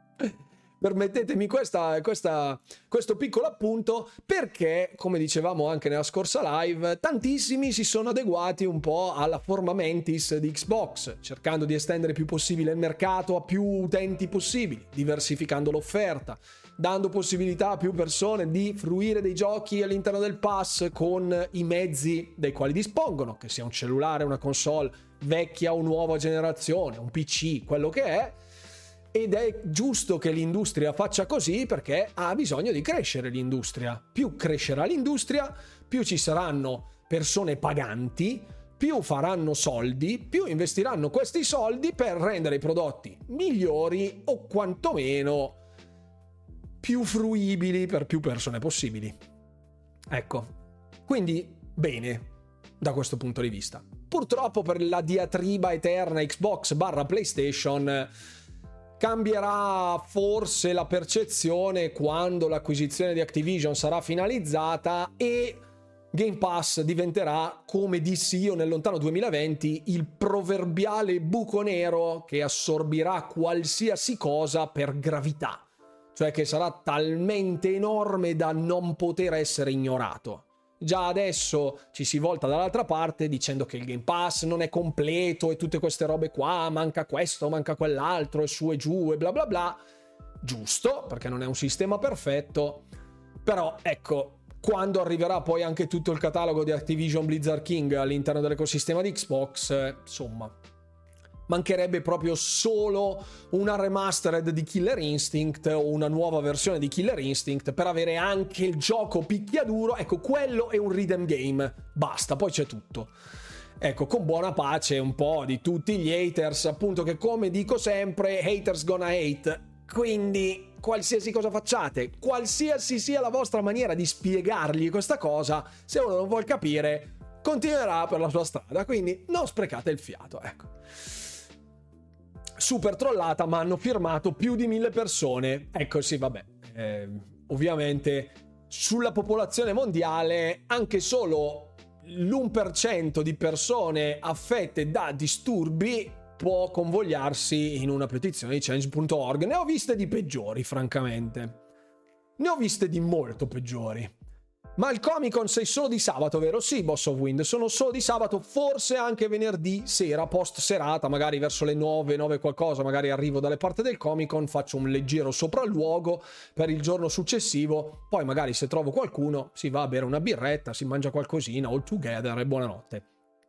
Permettetemi questa, questa, questo piccolo appunto, perché, come dicevamo anche nella scorsa live, tantissimi si sono adeguati un po' alla forma mentis di Xbox, cercando di estendere il più possibile il mercato a più utenti possibili, diversificando l'offerta, dando possibilità a più persone di fruire dei giochi all'interno del pass con i mezzi dei quali dispongono, che sia un cellulare, una console vecchia o nuova generazione, un P C, quello che è. Ed è giusto che l'industria faccia così perché ha bisogno di crescere l'industria. Più crescerà l'industria, più ci saranno persone paganti, più faranno soldi, più investiranno questi soldi per rendere i prodotti migliori o quantomeno più fruibili per più persone possibili. Ecco, quindi bene da questo punto di vista. Purtroppo per la diatriba eterna Xbox barra PlayStation cambierà forse la percezione quando l'acquisizione di Activision sarà finalizzata e Game Pass diventerà, come dissi io nel lontano duemilaventi, il proverbiale buco nero che assorbirà qualsiasi cosa per gravità, cioè che sarà talmente enorme da non poter essere ignorato. Già adesso ci si volta dall'altra parte dicendo che il Game Pass non è completo e tutte queste robe qua, manca questo, manca quell'altro e su e giù e bla bla bla. Giusto, perché non è un sistema perfetto, però ecco, quando arriverà poi anche tutto il catalogo di Activision Blizzard King all'interno dell'ecosistema di Xbox, insomma, mancherebbe proprio solo una remastered di Killer Instinct o una nuova versione di Killer Instinct per avere anche il gioco picchiaduro. Ecco, quello è un rhythm game, basta, poi c'è tutto. Ecco, con buona pace un po' di tutti gli haters, appunto, che come dico sempre, haters gonna hate. Quindi qualsiasi cosa facciate, qualsiasi sia la vostra maniera di spiegargli questa cosa, se uno non vuol capire, continuerà per la sua strada, quindi non sprecate il fiato, ecco. Super trollata, ma hanno firmato più di mille persone. Ecco, sì, vabbè. Eh, ovviamente sulla popolazione mondiale anche solo l'uno per cento di persone affette da disturbi può convogliarsi in una petizione di change punto org. Ne ho viste di peggiori, francamente. Ne ho viste di molto peggiori. Ma il Comic Con sei solo di sabato, vero? Sì, Boss of Wind, sono solo di sabato, forse anche venerdì sera, post serata, magari verso le nove, nove qualcosa, magari arrivo dalle parti del Comic Con, faccio un leggero sopralluogo per il giorno successivo, poi magari se trovo qualcuno si va a bere una birretta, si mangia qualcosina, all together e buonanotte.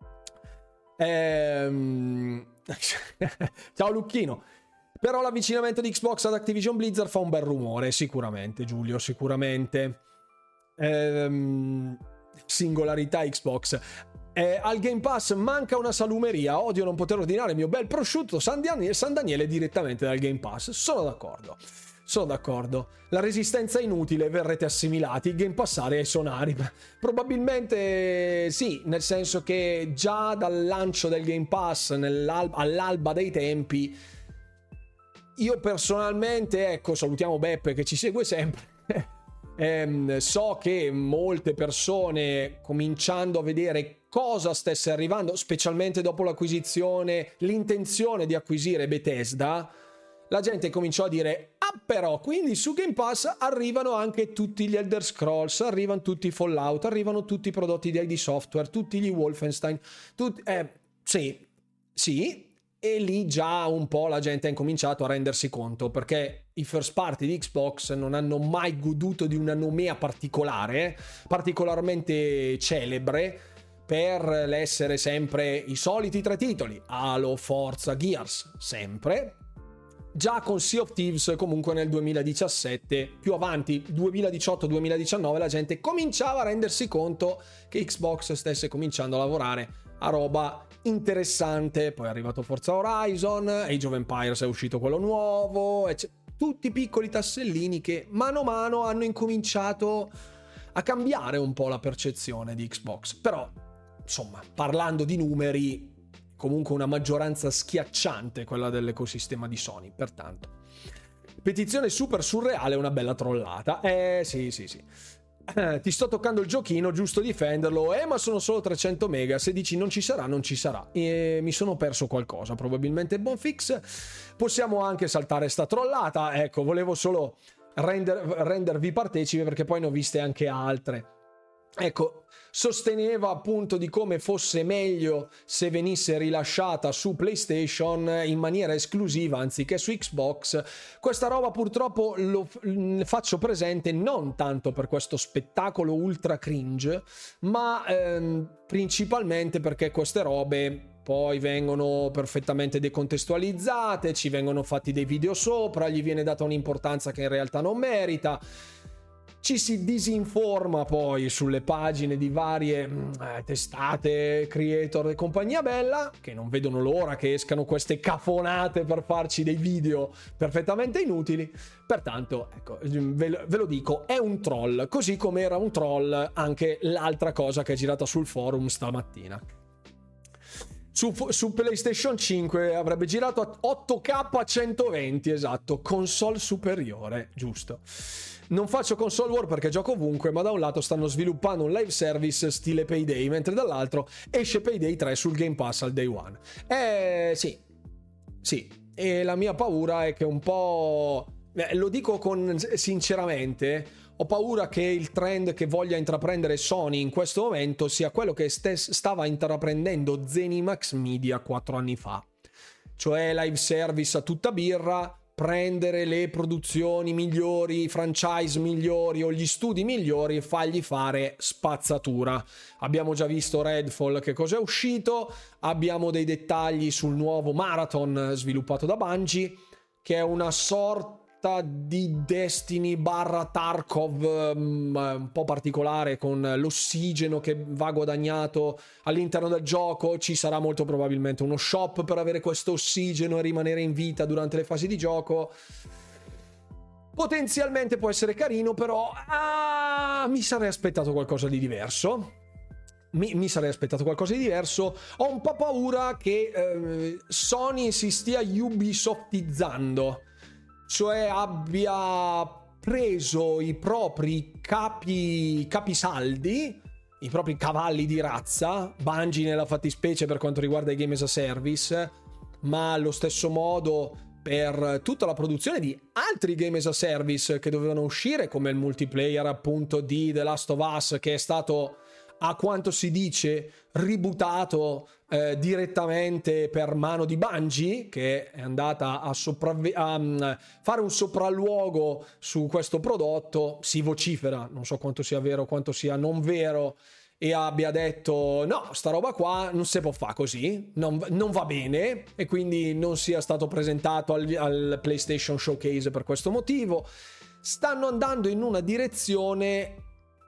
Ehm... Ciao Lucchino. Però l'avvicinamento di Xbox ad Activision Blizzard fa un bel rumore, sicuramente Giulio, sicuramente. Ehm, singolarità Xbox. Eh, al Game Pass manca una salumeria, odio non poter ordinare il mio bel prosciutto San Daniele, San Daniele direttamente dal Game Pass. Sono d'accordo, sono d'accordo. La resistenza è inutile, verrete assimilati, Game Passare ai sonari. Probabilmente sì, nel senso che già dal lancio del Game Pass all'alba dei tempi, io personalmente, ecco, salutiamo Beppe che ci segue sempre, ehm, so che molte persone, cominciando a vedere cosa stesse arrivando, specialmente dopo l'acquisizione, l'intenzione di acquisire Bethesda, la gente cominciò a dire: ah, però quindi su Game Pass arrivano anche tutti gli Elder Scrolls, arrivano tutti i Fallout, arrivano tutti i prodotti di I D Software, tutti gli Wolfenstein, tutti, eh, sì, sì. E lì già un po' la gente ha incominciato a rendersi conto, perché i first party di Xbox non hanno mai goduto di una nomea particolare, particolarmente celebre, per l'essere sempre i soliti tre titoli, Halo, Forza, Gears, sempre. Già con Sea of Thieves comunque nel duemiladiciassette, più avanti, duemiladiciotto duemiladiciannove, la gente cominciava a rendersi conto che Xbox stesse cominciando a lavorare a roba interessante. Poi è arrivato Forza Horizon, Age of Empires è uscito quello nuovo, ecc- tutti piccoli tassellini che mano a mano hanno incominciato a cambiare un po' la percezione di Xbox. Però insomma, parlando di numeri, comunque una maggioranza schiacciante quella dell'ecosistema di Sony. Pertanto petizione super surreale, una bella trollata. Eh sì sì sì Eh, ti sto toccando il giochino, giusto difenderlo. Eh, ma sono solo trecento mega. Se dici non ci sarà, non ci sarà. E mi sono perso qualcosa. Probabilmente Bonfix. Possiamo anche saltare sta trollata. Ecco, volevo solo render, rendervi partecipi, perché poi ne ho viste anche altre. Ecco, sosteneva appunto di come fosse meglio se venisse rilasciata su PlayStation in maniera esclusiva anziché su Xbox. Questa roba purtroppo lo faccio presente non tanto per questo spettacolo ultra cringe, ma ehm, principalmente perché queste robe poi vengono perfettamente decontestualizzate, ci vengono fatti dei video sopra, gli viene data un'importanza che in realtà non merita. Ci si disinforma poi sulle pagine di varie eh, testate, creator e compagnia bella, che non vedono l'ora che escano queste cafonate per farci dei video perfettamente inutili. Pertanto, ecco, ve lo, ve lo dico, è un troll, così come era un troll anche l'altra cosa che è girata sul forum stamattina. Su, su PlayStation cinque avrebbe girato a otto K a centoventi, esatto, console superiore, giusto. Non faccio console war perché gioco ovunque, ma da un lato stanno sviluppando un live service stile Payday, mentre dall'altro esce Payday tre sul Game Pass al day one. Eh sì, sì, e la mia paura è che un po', eh, lo dico con sinceramente, ho paura che il trend che voglia intraprendere Sony in questo momento sia quello che stes- stava intraprendendo Zenimax Media quattro anni fa, cioè live service a tutta birra, prendere le produzioni migliori, i franchise migliori o gli studi migliori e fargli fare spazzatura. Abbiamo già visto Redfall che cosa è uscito, abbiamo dei dettagli sul nuovo Marathon sviluppato da Bungie, che è una sorta di Destiny barra Tarkov um, un po' particolare, con l'ossigeno che va guadagnato all'interno del gioco. Ci sarà molto probabilmente uno shop per avere questo ossigeno e rimanere in vita durante le fasi di gioco. Potenzialmente può essere carino, però ah, mi sarei aspettato qualcosa di diverso. Mi, mi sarei aspettato qualcosa di diverso. Ho un po' paura che eh, Sony si stia Ubisoftizzando, cioè abbia preso i propri capi capisaldi, i propri cavalli di razza, Bungie nella fattispecie per quanto riguarda i game as a service, ma allo stesso modo per tutta la produzione di altri game as a service che dovevano uscire, come il multiplayer appunto di The Last of Us, che è stato, a quanto si dice, rebootato eh, direttamente per mano di Bungie, che è andata a, sopravvi- a um, fare un sopralluogo su questo prodotto. Si vocifera, non so quanto sia vero, quanto sia non vero, e abbia detto no, sta roba qua non si può fare così, non, non va bene, e quindi non sia stato presentato al, al PlayStation Showcase per questo motivo. Stanno andando in una direzione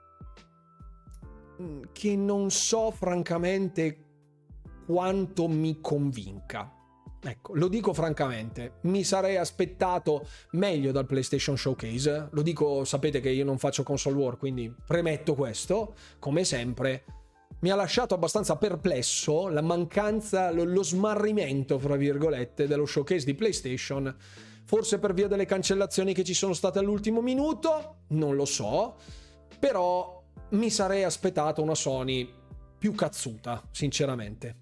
che non so francamente quanto mi convinca. Ecco, lo dico francamente, mi sarei aspettato meglio dal PlayStation Showcase. Lo dico, sapete che io non faccio console war, quindi premetto questo, come sempre. Mi ha lasciato abbastanza perplesso la mancanza, lo, lo smarrimento, fra virgolette, dello showcase di PlayStation. Forse per via delle cancellazioni che ci sono state all'ultimo minuto, non lo so, però mi sarei aspettato una Sony più cazzuta, sinceramente.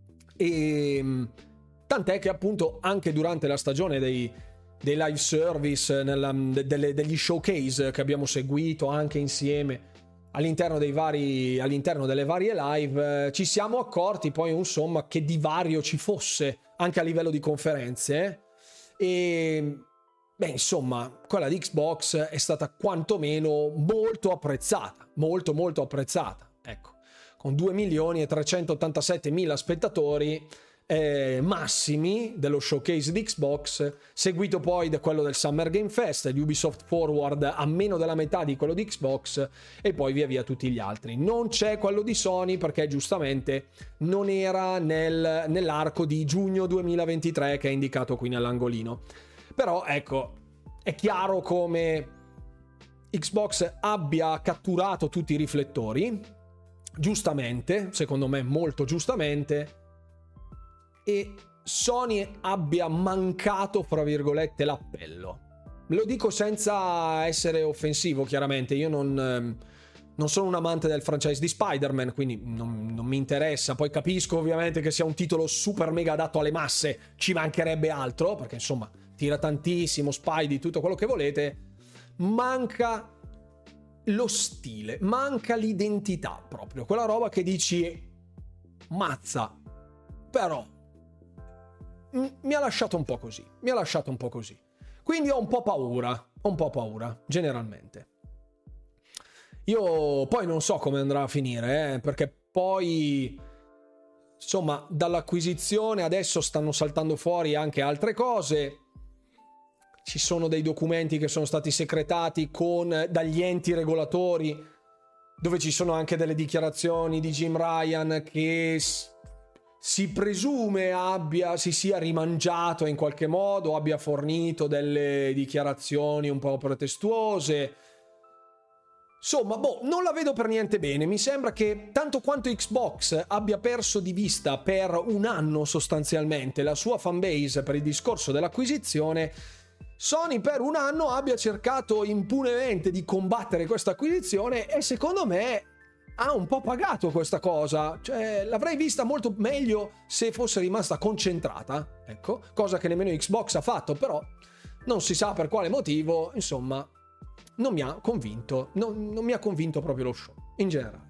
E tant'è che appunto anche durante la stagione dei, dei live service, nella, de, delle, degli showcase che abbiamo seguito anche insieme all'interno dei vari, all'interno delle varie live, eh, ci siamo accorti poi insomma che divario ci fosse anche a livello di conferenze, eh? E beh, insomma, quella di Xbox è stata quantomeno molto apprezzata, molto molto apprezzata, ecco, con due milioni e trecentottantasette mila spettatori eh, massimi dello showcase di Xbox, seguito poi da quello del Summer Game Fest, di Ubisoft Forward a meno della metà di quello di Xbox, e poi via via tutti gli altri. Non c'è quello di Sony perché giustamente non era nel, nell'arco di giugno duemilaventitré che è indicato qui nell'angolino. Però ecco, è chiaro come Xbox abbia catturato tutti i riflettori, giustamente, secondo me molto giustamente, e Sony abbia mancato, fra virgolette, l'appello. Lo dico senza essere offensivo, chiaramente. Io non, non sono un amante del franchise di Spider-Man, quindi non, non mi interessa. Poi capisco ovviamente che sia un titolo super mega adatto alle masse, ci mancherebbe altro, perché insomma tira tantissimo, Spidey, tutto quello che volete. Manca lo stile, manca l'identità proprio, quella roba che dici mazza, però mi ha lasciato un po' così, mi ha lasciato un po' così. Quindi ho un po' paura, ho un po' paura, generalmente. Io poi non so come andrà a finire, eh, perché poi, insomma, dall'acquisizione adesso stanno saltando fuori anche altre cose. Ci sono dei documenti che sono stati secretati con, dagli enti regolatori, dove ci sono anche delle dichiarazioni di Jim Ryan che si presume abbia, si sia rimangiato in qualche modo, abbia fornito delle dichiarazioni un po' pretestuose. Insomma, boh, non la vedo per niente bene. Mi sembra che tanto quanto Xbox abbia perso di vista per un anno sostanzialmente la sua fanbase per il discorso dell'acquisizione, Sony per un anno abbia cercato impunemente di combattere questa acquisizione, e secondo me ha un po' pagato questa cosa. Cioè, l'avrei vista molto meglio se fosse rimasta concentrata, ecco, cosa che nemmeno Xbox ha fatto, però non si sa per quale motivo, insomma, non mi ha convinto, non, non mi ha convinto proprio lo show, in generale.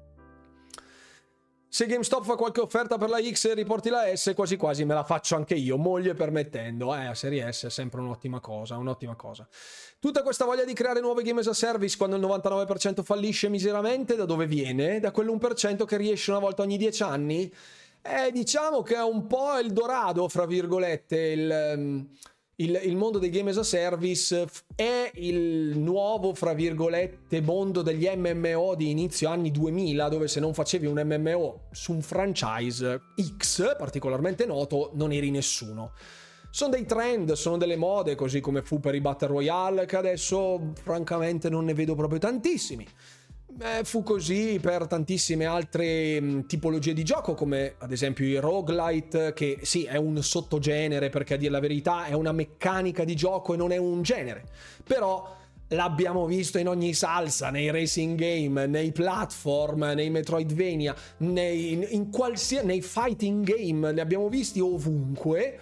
Se GameStop fa qualche offerta per la X e riporti la S, quasi quasi me la faccio anche io, moglie permettendo. Eh, la serie S è sempre un'ottima cosa, un'ottima cosa. Tutta questa voglia di creare nuove game as a service quando il novantanove per cento fallisce miseramente, da dove viene? Da quell'uno per cento che riesce una volta ogni dieci anni? Eh, diciamo che è un po' il dorado, fra virgolette, il... Il, il mondo dei game as a service è il nuovo, fra virgolette, mondo degli M M O di inizio anni duemila, dove se non facevi un M M O su un franchise X particolarmente noto non eri nessuno. Sono dei trend, sono delle mode, così come fu per i Battle Royale, che adesso francamente non ne vedo proprio tantissimi. Eh, fu così per tantissime altre mh, tipologie di gioco, come ad esempio i roguelite, che sì, è un sottogenere, perché a dire la verità è una meccanica di gioco e non è un genere, però l'abbiamo visto in ogni salsa, nei racing game, nei platform, nei Metroidvania, nei, in qualsiasi, nei fighting game, li abbiamo visti ovunque,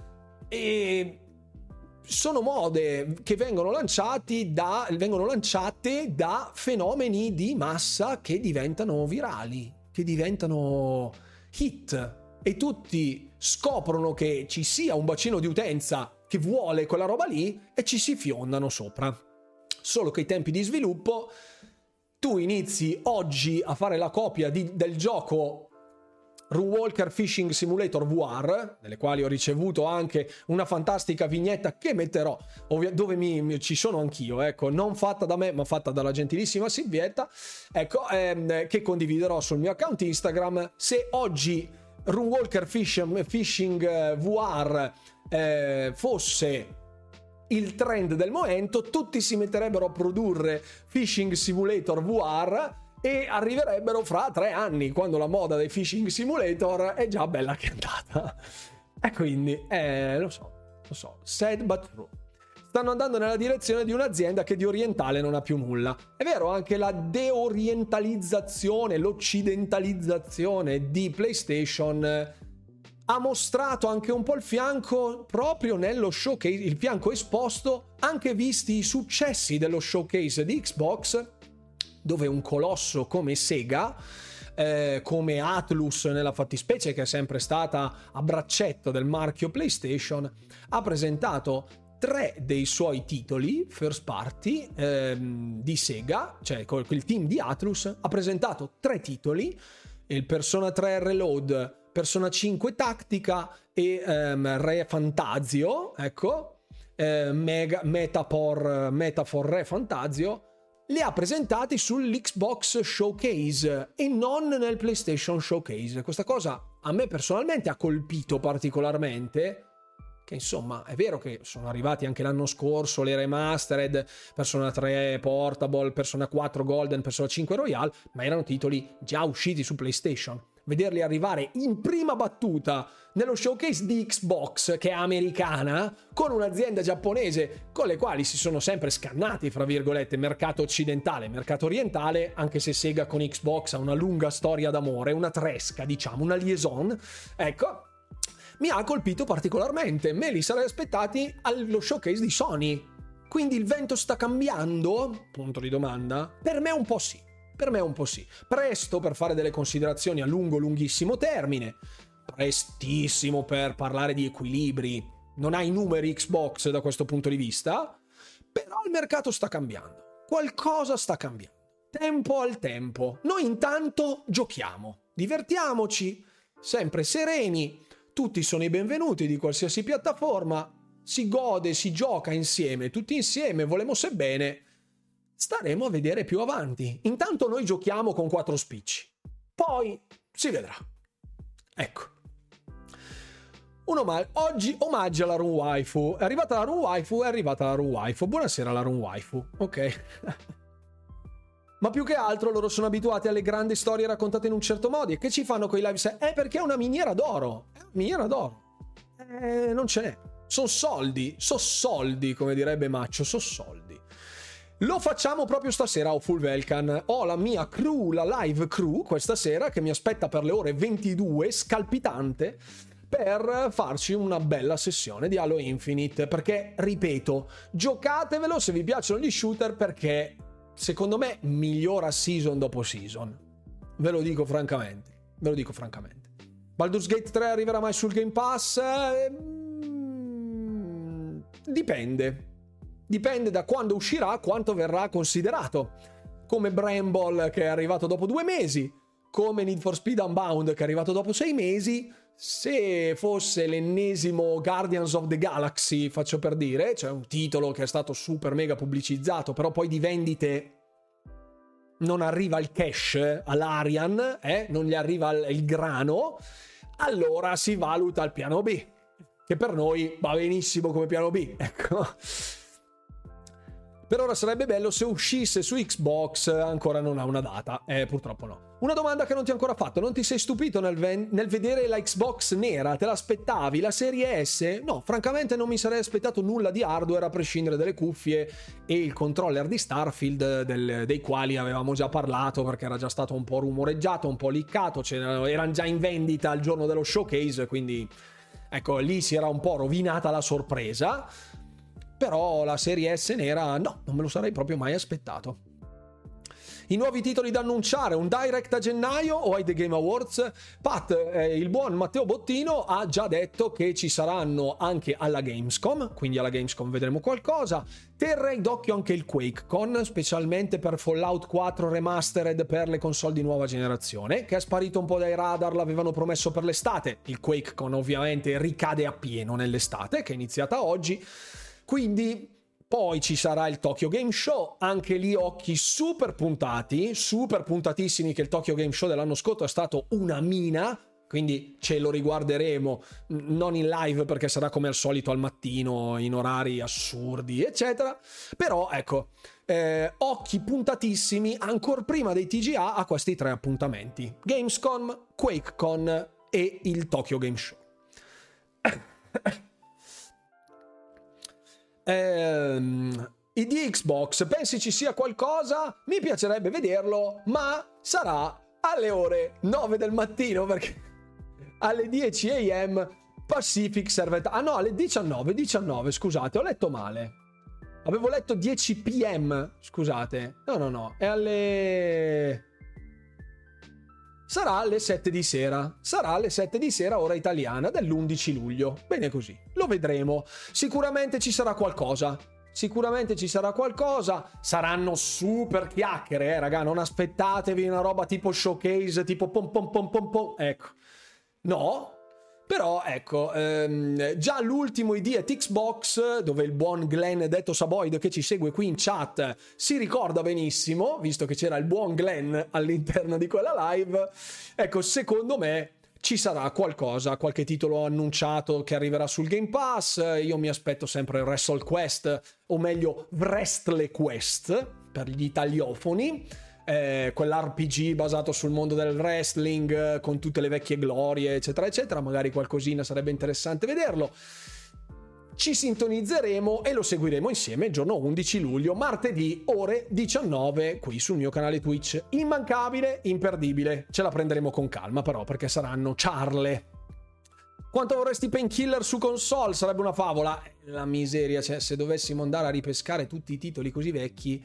e sono mode che vengono lanciati da, vengono lanciate da fenomeni di massa che diventano virali, che diventano hit, e tutti scoprono che ci sia un bacino di utenza che vuole quella roba lì e ci si fiondano sopra. Solo che i tempi di sviluppo, tu inizi oggi a fare la copia di, del gioco Runewalker Fishing Simulator V R, nelle quali ho ricevuto anche una fantastica vignetta che metterò, ovvia, dove mi, mi, ci sono anch'io, ecco, non fatta da me ma fatta dalla gentilissima Silvietta, ecco, ehm, che condividerò sul mio account Instagram. Se oggi Runewalker Fishing, Fishing V R eh, fosse il trend del momento, tutti si metterebbero a produrre Fishing Simulator V R e arriverebbero fra tre anni, quando la moda dei Fishing Simulator è già bella che è andata. E quindi, eh, lo so, lo so, sad but true. Stanno andando nella direzione di un'azienda che di orientale non ha più nulla. È vero, anche la deorientalizzazione, l'occidentalizzazione di PlayStation ha mostrato anche un po' il fianco proprio nello showcase, il fianco esposto, anche visti i successi dello showcase di Xbox, dove un colosso come Sega, eh, come Atlus nella fattispecie, che è sempre stata a braccetto del marchio PlayStation, ha presentato tre dei suoi titoli first party ehm, di Sega, cioè quel team di Atlus ha presentato tre titoli, il Persona tre Reload, Persona cinque Tactica e um, Re Fantazio, ecco, eh, Mega, Metaphor, Metaphor Re Fantazio, li ha presentati sull'Xbox Showcase e non nel PlayStation Showcase. Questa cosa a me personalmente ha colpito particolarmente, che insomma è vero che sono arrivati anche l'anno scorso le remastered, Persona tre Portable, Persona quattro Golden, Persona cinque Royal, ma erano titoli già usciti su PlayStation. Vederli arrivare in prima battuta nello showcase di Xbox, che è americana, con un'azienda giapponese con le quali si sono sempre scannati, fra virgolette, mercato occidentale, mercato orientale, anche se Sega con Xbox ha una lunga storia d'amore, una tresca, diciamo, una liaison, ecco, mi ha colpito particolarmente. Me li sarei aspettati allo showcase di Sony. Quindi il vento sta cambiando? Punto di domanda. Per me un po' sì. Per me un po' sì. Presto per fare delle considerazioni a lungo, lunghissimo termine. Prestissimo per parlare di equilibri. Non hai numeri Xbox da questo punto di vista. Però il mercato sta cambiando. Qualcosa sta cambiando. Tempo al tempo. Noi intanto giochiamo. Divertiamoci. Sempre sereni. Tutti sono i benvenuti di qualsiasi piattaforma. Si gode, si gioca insieme. Tutti insieme, volemo sebbene. Staremo a vedere più avanti. Intanto noi giochiamo con quattro spicci. Poi si vedrà. Ecco. Un omaggio. Oggi omaggio alla Run Waifu. È arrivata la Run Waifu, è arrivata la Run Waifu. Buonasera la Run Waifu. Ok. Ma più che altro loro sono abituati alle grandi storie raccontate in un certo modo. E che ci fanno coi live set? È perché è una miniera d'oro. È una miniera d'oro. Eh, non ce n'è. Sono soldi. So soldi, come direbbe Maccio. So soldi. Lo facciamo proprio stasera, ho Full Velcan. Ho la mia crew, la live crew, questa sera, che mi aspetta per le ore ventidue, scalpitante, per farci una bella sessione di Halo Infinite. Perché, ripeto, giocatevelo se vi piacciono gli shooter, perché, secondo me, migliora season dopo season. Ve lo dico francamente. Ve lo dico francamente. Baldur's Gate tre arriverà mai sul Game Pass? Ehm... Dipende. Dipende da quando uscirà, quanto verrà considerato. Come Bramble, che è arrivato dopo due mesi, come Need for Speed Unbound, che è arrivato dopo sei mesi. Se fosse l'ennesimo Guardians of the Galaxy, faccio per dire, cioè un titolo che è stato super mega pubblicizzato, però poi di vendite non arriva il cash all'Arian, eh? non gli arriva il grano, allora si valuta il piano B, che per noi va benissimo come piano B, ecco. Per ora sarebbe bello se uscisse su Xbox, ancora non ha una data, eh, purtroppo no. Una domanda che non ti ho ancora fatto: non ti sei stupito nel, ven- nel vedere la Xbox nera? Te l'aspettavi? La serie S? No, francamente non mi sarei aspettato nulla di hardware a prescindere dalle cuffie e il controller di Starfield, del- dei quali avevamo già parlato perché era già stato un po' rumoreggiato, un po' liccato, erano già in vendita al giorno dello showcase, quindi ecco, lì si era un po' rovinata la sorpresa. Però la serie S nera no, non me lo sarei proprio mai aspettato. I nuovi titoli da annunciare, un direct a gennaio o ai The Game Awards? Pat, eh, il buon Matteo Bottino ha già detto che ci saranno anche alla Gamescom, quindi alla Gamescom vedremo qualcosa. Terrei d'occhio anche il QuakeCon, specialmente per Fallout quattro Remastered per le console di nuova generazione, che è sparito un po' dai radar, l'avevano promesso per l'estate. Il QuakeCon ovviamente ricade appieno nell'estate, che è iniziata oggi, quindi... Poi ci sarà il Tokyo Game Show, anche lì occhi super puntati, super puntatissimi, che il Tokyo Game Show dell'anno scorso è stato una mina, quindi ce lo riguarderemo, non in live perché sarà come al solito al mattino, in orari assurdi, eccetera. Però ecco, eh, occhi puntatissimi ancora prima dei T G A a questi tre appuntamenti: Gamescom, QuakeCon e il Tokyo Game Show. Ehm, I di Xbox, pensi ci sia qualcosa? Mi piacerebbe vederlo, ma sarà alle ore nove del mattino, perché alle dieci a m Pacific Server. Ah no, alle diciannove, diciannove, scusate, ho letto male. Avevo letto dieci p m, scusate. No, no, no, è alle... Sarà alle sette di sera, sarà alle sette di sera ora italiana dell'undici luglio, bene così, lo vedremo, sicuramente ci sarà qualcosa, sicuramente ci sarà qualcosa, saranno super chiacchiere, eh raga, non aspettatevi una roba tipo showcase, tipo pom pom pom pom pom, ecco, no, però ecco, ehm, già l'ultimo I D at Xbox, dove il buon Glenn detto Saboid, che ci segue qui in chat, si ricorda benissimo, visto che c'era il buon Glenn all'interno di quella live, ecco, secondo me ci sarà qualcosa, qualche titolo annunciato che arriverà sul Game Pass. Io mi aspetto sempre il Wrestle Quest, o meglio Wrestle Quest per gli italiofoni, eh, quell'R P G basato sul mondo del wrestling, eh, con tutte le vecchie glorie eccetera eccetera. Magari qualcosina sarebbe interessante vederlo. Ci sintonizzeremo e lo seguiremo insieme il giorno undici luglio, martedì, ore diciannove, qui sul mio canale Twitch. Immancabile, imperdibile. Ce la prenderemo con calma però, perché saranno ciarle. Quanto vorresti Painkiller su console? Sarebbe una favola. La miseria, cioè, se dovessimo andare a ripescare tutti i titoli così vecchi,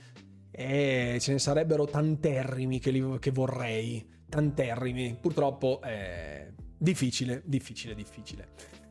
eh, ce ne sarebbero tanterrimi che, li, che vorrei. Tanterrimi. Purtroppo è difficile, difficile, difficile.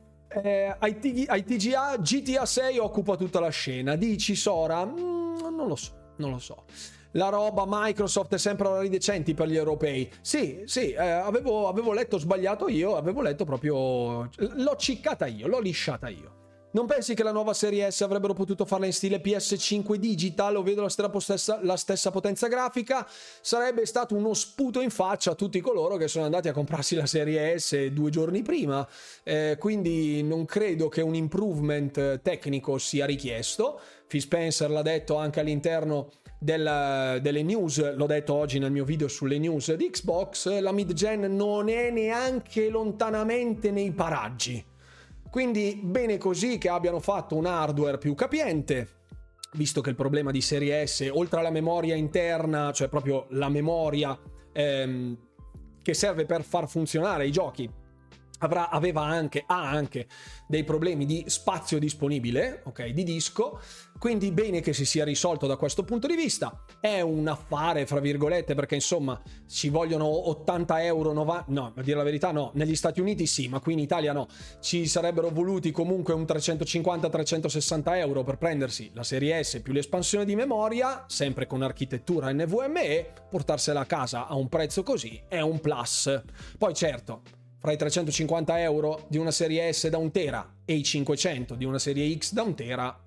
Eh, ai, T- ai T G A G T A sei occupa tutta la scena. Dici Sora? Mm, non lo so, non lo so. La roba Microsoft è sempre orari decenti per gli europei. Sì, sì, eh, avevo, avevo letto sbagliato io, avevo letto proprio... L'ho ciccata io, l'ho lisciata io. Non pensi che la nuova serie S avrebbero potuto farla in stile P S cinque digital, o vedo la stessa, la stessa potenza grafica? Sarebbe stato uno sputo in faccia a tutti coloro che sono andati a comprarsi la serie S due giorni prima, eh, quindi non credo che un improvement tecnico sia richiesto. Phil Spencer l'ha detto anche all'interno del, delle news, l'ho detto oggi nel mio video sulle news di Xbox, la mid-gen non è neanche lontanamente nei paraggi. Quindi bene così che abbiano fatto un hardware più capiente, visto che il problema di serie S, oltre alla memoria interna, cioè proprio la memoria ehm, che serve per far funzionare i giochi, avrà, aveva anche, ha anche dei problemi di spazio disponibile, ok, di disco. Quindi bene che si sia risolto da questo punto di vista. È un affare, fra virgolette, perché insomma ci vogliono ottanta euro, novanta, no, a dire la verità no, negli Stati Uniti sì, ma qui in Italia no. Ci sarebbero voluti comunque un trecentocinquanta trecentosessanta euro per prendersi la serie S più l'espansione di memoria, sempre con architettura N V M e, portarsela a casa a un prezzo così è un plus. Poi certo, fra i trecentocinquanta euro di una serie S da un tera e i cinquecento di una serie X da un tera,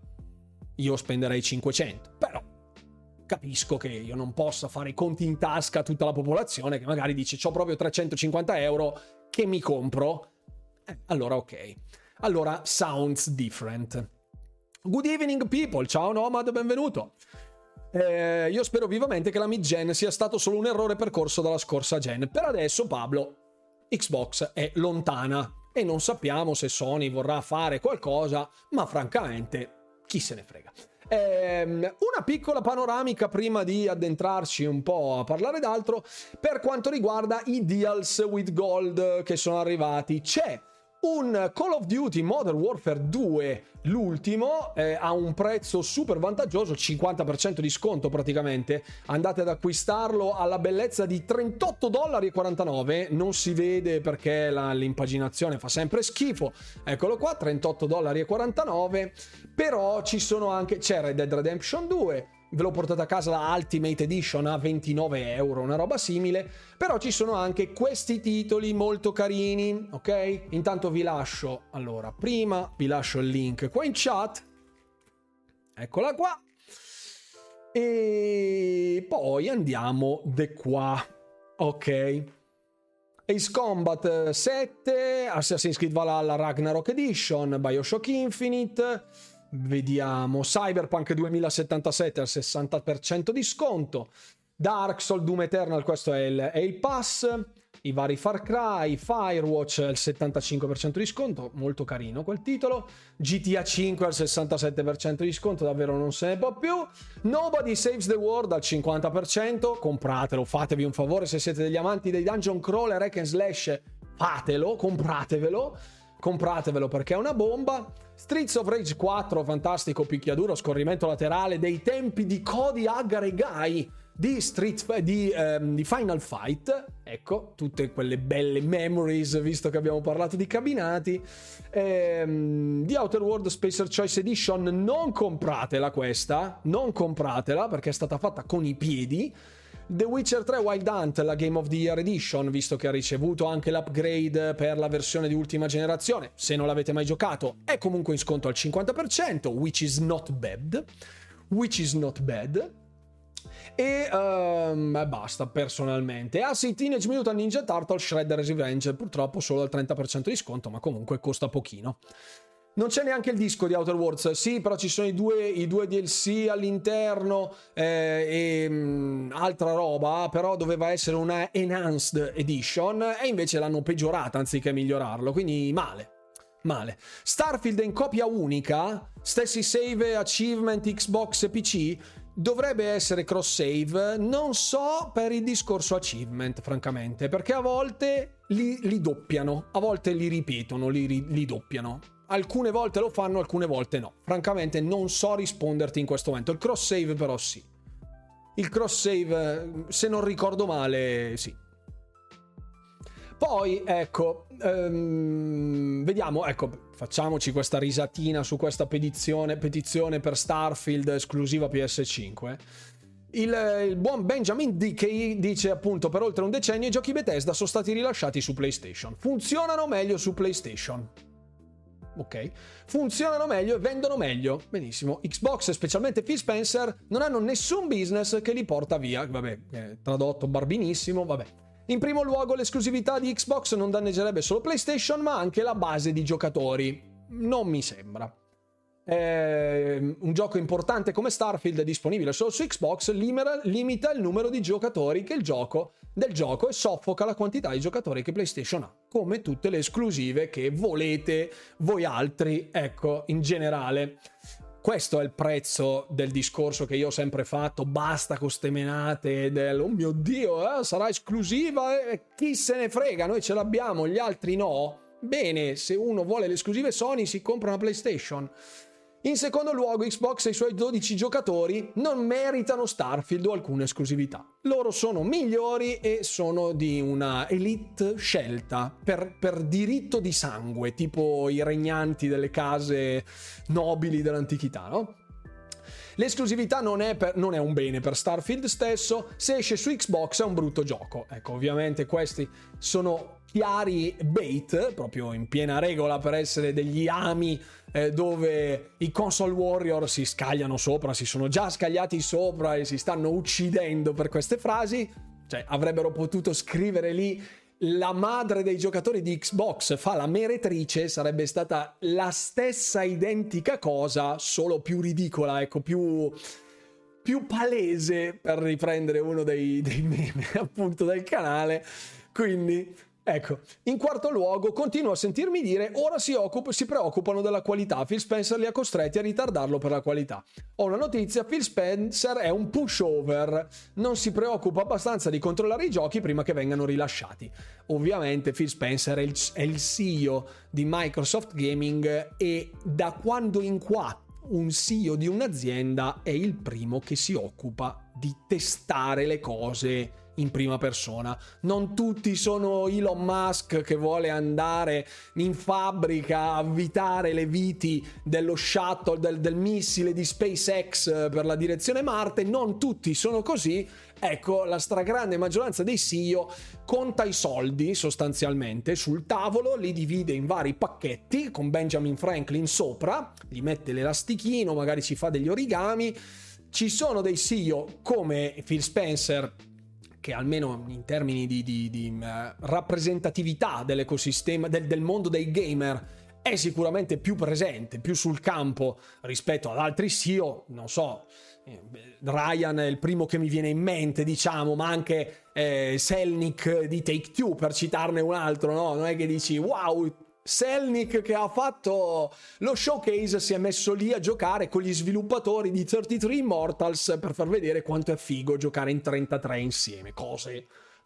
io spenderei cinquecento, però capisco che io non possa fare i conti in tasca a tutta la popolazione che magari dice c'ho proprio trecentocinquanta euro che mi compro, eh, allora ok, allora sounds different. Good evening people, ciao Nomad, benvenuto. Eh, io spero vivamente che la mid-gen sia stato solo un errore percorso dalla scorsa gen. Per adesso, Pablo, Xbox è lontana e non sappiamo se Sony vorrà fare qualcosa, ma francamente chi se ne frega. Eh, una piccola panoramica prima di addentrarci un po' a parlare d'altro per quanto riguarda i deals with gold che sono arrivati. C'è un Call of Duty Modern Warfare due, l'ultimo, eh, a un prezzo super vantaggioso, cinquanta per cento di sconto praticamente. Andate ad acquistarlo alla bellezza di trentotto dollari e quarantanove. Non si vede perché la, l'impaginazione fa sempre schifo. Eccolo qua, trentotto dollari e quarantanove. Però ci sono anche, c'è Red Dead Redemption due, ve l'ho portato a casa la Ultimate Edition a ventinove euro, una roba simile. Però ci sono anche questi titoli molto carini, ok? Intanto vi lascio, allora, prima vi lascio il link qua in chat, eccola qua, e poi andiamo di qua, ok? Ace Combat sette, Assassin's Creed Valhalla Ragnarok Edition, BioShock Infinite, vediamo Cyberpunk duemilasettantasette al sessanta per cento di sconto, Dark Souls Doom Eternal, questo è il, è il pass, i vari Far Cry, Firewatch al settantacinque per cento di sconto, molto carino quel titolo, G T A cinque al sessantasette per cento di sconto, davvero non se ne può più, Nobody Saves the World al cinquanta per cento, compratelo, fatevi un favore se siete degli amanti dei dungeon crawler hack and slash, fatelo, compratevelo, compratevelo perché è una bomba. Streets of Rage quattro, fantastico picchiaduro, scorrimento laterale dei tempi di Cody, Hagar e Guy di, Street, di, ehm, di Final Fight, ecco, tutte quelle belle memories visto che abbiamo parlato di cabinati. ehm, di Outer World Spacer Choice Edition, non compratela questa, non compratela perché è stata fatta con i piedi. The Witcher tre Wild Hunt, la Game of the Year Edition, visto che ha ricevuto anche l'upgrade per la versione di ultima generazione, se non l'avete mai giocato è comunque in sconto al cinquanta per cento, which is not bad, which is not bad. E um, basta personalmente. Ah sì, Teenage Mutant Ninja Turtle Shredder's Revenge, purtroppo solo al trenta per cento di sconto, ma comunque costa pochino. Non c'è neanche il disco di Outer Worlds, sì, però ci sono i due, i due D L C all'interno eh, e mh, altra roba, però doveva essere una Enhanced Edition e invece l'hanno peggiorata anziché migliorarlo, quindi male, male. Starfield è in copia unica, stessi save, achievement, Xbox e P C, dovrebbe essere cross save, non so per il discorso achievement francamente, perché a volte li, li doppiano, a volte li ripetono, li, li doppiano. Alcune volte lo fanno, alcune volte no. Francamente non so risponderti in questo momento. Il cross save però sì. Il cross save, se non ricordo male, sì. Poi, ecco, um, vediamo, ecco, facciamoci questa risatina su questa petizione, petizione per Starfield esclusiva P S cinque. Il, il buon Benjamin D K dice appunto per oltre un decennio i giochi Bethesda sono stati rilasciati su PlayStation. Funzionano meglio su PlayStation. Ok, funzionano meglio e vendono meglio. Benissimo. Xbox, specialmente Phil Spencer, non hanno nessun business che li porta via. Vabbè, eh, tradotto barbinissimo, vabbè. In primo luogo, l'esclusività di Xbox non danneggerebbe solo PlayStation, ma anche la base di giocatori. Non mi sembra. Eh, un gioco importante come Starfield è disponibile solo su Xbox, limita, limita il numero di giocatori che il gioco del gioco e soffoca la quantità di giocatori che PlayStation ha, come tutte le esclusive che volete voi altri, ecco, in generale. Questo è il prezzo del discorso che io ho sempre fatto, basta con ste menate del oh mio Dio, eh, sarà esclusiva, eh, chi se ne frega, noi ce l'abbiamo, gli altri no. Bene, se uno vuole le esclusive Sony si compra una PlayStation. In secondo luogo, Xbox e i suoi dodici giocatori non meritano Starfield o alcuna esclusività. Loro sono migliori e sono di una elite scelta per, per diritto di sangue, tipo i regnanti delle case nobili dell'antichità, no? L'esclusività non è, per, non è un bene per Starfield stesso, se esce su Xbox è un brutto gioco. Ecco, ovviamente questi sono chiari bait, proprio in piena regola per essere degli ami eh, dove i console warrior si scagliano sopra, si sono già scagliati sopra e si stanno uccidendo per queste frasi. Cioè, avrebbero potuto scrivere lì la madre dei giocatori di Xbox fa la meretrice, sarebbe stata la stessa identica cosa, solo più ridicola, ecco, più più palese, per riprendere uno dei, dei meme appunto del canale. Quindi ecco, in quarto luogo continuo a sentirmi dire ora si, occup- si preoccupano della qualità, Phil Spencer li ha costretti a ritardarlo per la qualità. Ho una notizia, Phil Spencer è un pushover, non si preoccupa abbastanza di controllare i giochi prima che vengano rilasciati. Ovviamente Phil Spencer è il, è il C E O di Microsoft Gaming e da quando in qua un C E O di un'azienda è il primo che si occupa di testare le cose in prima persona. Non tutti sono Elon Musk che vuole andare in fabbrica a avvitare le viti dello shuttle, del, del missile di SpaceX per la direzione Marte, non tutti sono così. Ecco, la stragrande maggioranza dei C E O conta i soldi sostanzialmente sul tavolo, li divide in vari pacchetti con Benjamin Franklin sopra, gli mette l'elastichino, magari ci fa degli origami. Ci sono dei C E O come Phil Spencer che almeno in termini di, di, di uh, rappresentatività dell'ecosistema, del, del mondo dei gamer, è sicuramente più presente, più sul campo rispetto ad altri C E O, non so, eh, Ryan è il primo che mi viene in mente, diciamo, ma anche eh, Selnick di Take-Two, per citarne un altro, no? Non è che dici, wow, Selnick che ha fatto lo showcase si è messo lì a giocare con gli sviluppatori di trentatré Immortals per far vedere quanto è figo giocare in trentatré insieme, cose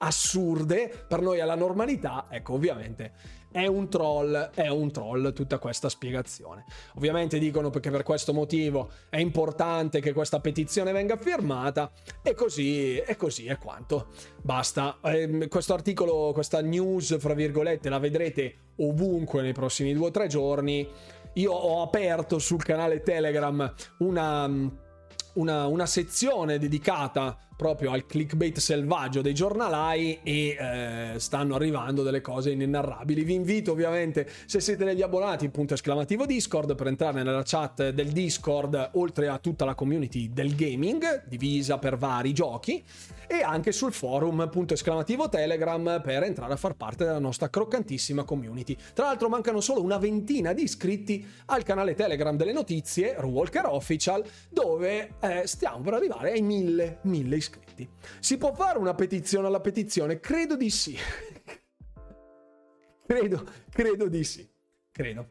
assurde per noi alla normalità. Ecco, ovviamente è un troll, è un troll tutta questa spiegazione. Ovviamente dicono che per questo motivo è importante che questa petizione venga firmata e così e così è quanto. Basta. Eh, questo articolo, questa news fra virgolette, la vedrete ovunque nei prossimi due o tre giorni. Io ho aperto sul canale Telegram una Una, una sezione dedicata proprio al clickbait selvaggio dei giornalai e eh, stanno arrivando delle cose inenarrabili. Vi invito ovviamente, se siete degli abbonati, punto esclamativo Discord, per entrare nella chat del Discord, oltre a tutta la community del gaming divisa per vari giochi, e anche sul forum punto esclamativo Telegram per entrare a far parte della nostra croccantissima community. Tra l'altro mancano solo una ventina di iscritti al canale Telegram delle notizie Walker Official, dove eh, stiamo per arrivare ai mille mille iscritti. Si può fare una petizione alla petizione? Credo di sì. credo, credo di sì. Credo.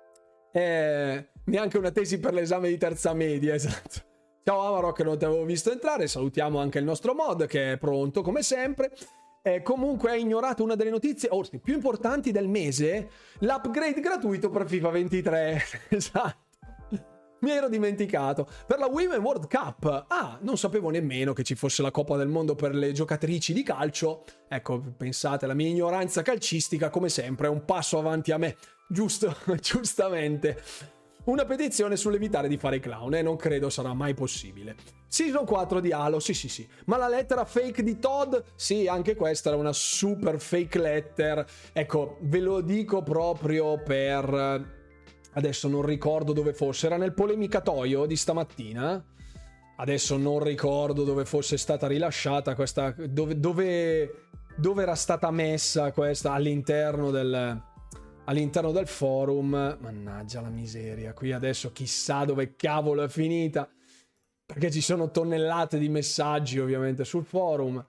Eh, neanche una tesi per l'esame di terza media, esatto. Ciao Amarok, non ti avevo visto entrare. Salutiamo anche il nostro mod che è pronto come sempre. Eh, comunque hai ignorato una delle notizie oh, più importanti del mese, l'upgrade gratuito per FIFA ventitré. Esatto. Mi ero dimenticato. Per la Women World Cup. Ah, non sapevo nemmeno che ci fosse la Coppa del Mondo per le giocatrici di calcio. Ecco, pensate, la mia ignoranza calcistica come sempre è un passo avanti a me. Giusto, giustamente. Una petizione sull'evitare di fare i clown, e eh? Non credo sarà mai possibile. Season quattro di Halo, sì sì sì. Ma la lettera fake di Todd? Sì, anche questa era una super fake letter. Ecco, ve lo dico proprio per... Adesso non ricordo dove fosse, era nel polemicatoio di stamattina. Adesso non ricordo dove fosse stata rilasciata questa, dove, dove, dove era stata messa questa all'interno del, all'interno del forum. Mannaggia la miseria, qui adesso chissà dove cavolo è finita, perché ci sono tonnellate di messaggi ovviamente sul forum.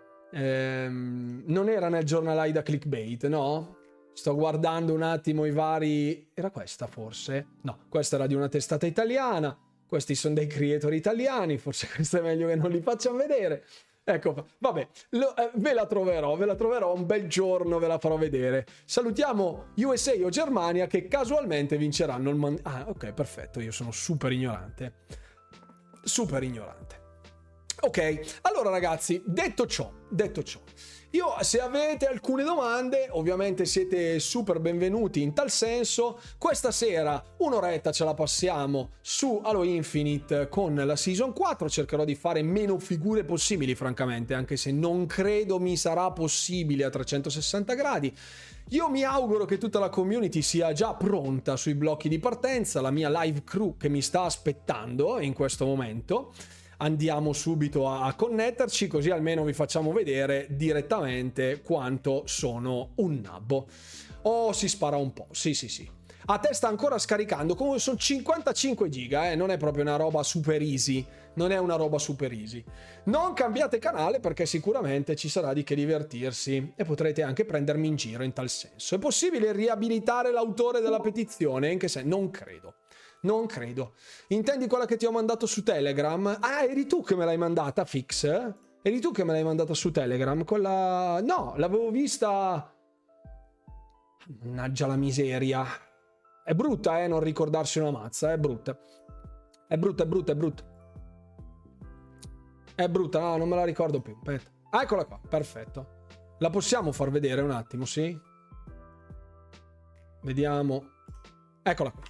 Ehm, non era nel giornalai da clickbait, no? Sto guardando un attimo i vari... Era questa forse? No, questa era di una testata italiana. Questi sono dei creator italiani. Forse questo è meglio che non li facciamo vedere. Ecco, vabbè, lo, eh, ve la troverò, ve la troverò un bel giorno, ve la farò vedere. Salutiamo U S A o Germania che casualmente vinceranno il... Man- ah, ok, perfetto, io sono super ignorante. Super ignorante. Ok, allora ragazzi, detto ciò, detto ciò... Io, se avete alcune domande, ovviamente siete super benvenuti in tal senso. Questa sera un'oretta ce la passiamo su Halo Infinite con la Season quattro. Cercherò di fare meno figure possibili, francamente, anche se non credo mi sarà possibile a trecentosessanta gradi. Io mi auguro che tutta la community sia già pronta sui blocchi di partenza, la mia live crew che mi sta aspettando in questo momento. Andiamo subito a connetterci, così almeno vi facciamo vedere direttamente quanto sono un nabbo. Oh, si spara un po', sì sì sì. A te sta ancora scaricando, comunque sono cinquantacinque giga, eh, non è proprio una roba super easy, non è una roba super easy. Non cambiate canale perché sicuramente ci sarà di che divertirsi e potrete anche prendermi in giro in tal senso. È possibile riabilitare l'autore della petizione? In che senso? Non credo. Non credo. Intendi quella che ti ho mandato su Telegram? Ah, eri tu che me l'hai mandata, Fix? Eri tu che me l'hai mandata su Telegram? Quella... No, l'avevo vista... Mannaggia la miseria. È brutta, eh, non ricordarsi una mazza, è brutta. È brutta, è brutta, è brutta. È brutta, no, non me la ricordo più. Aspetta. Ah, eccola qua, perfetto. La possiamo far vedere un attimo, sì? Vediamo. Eccola qua.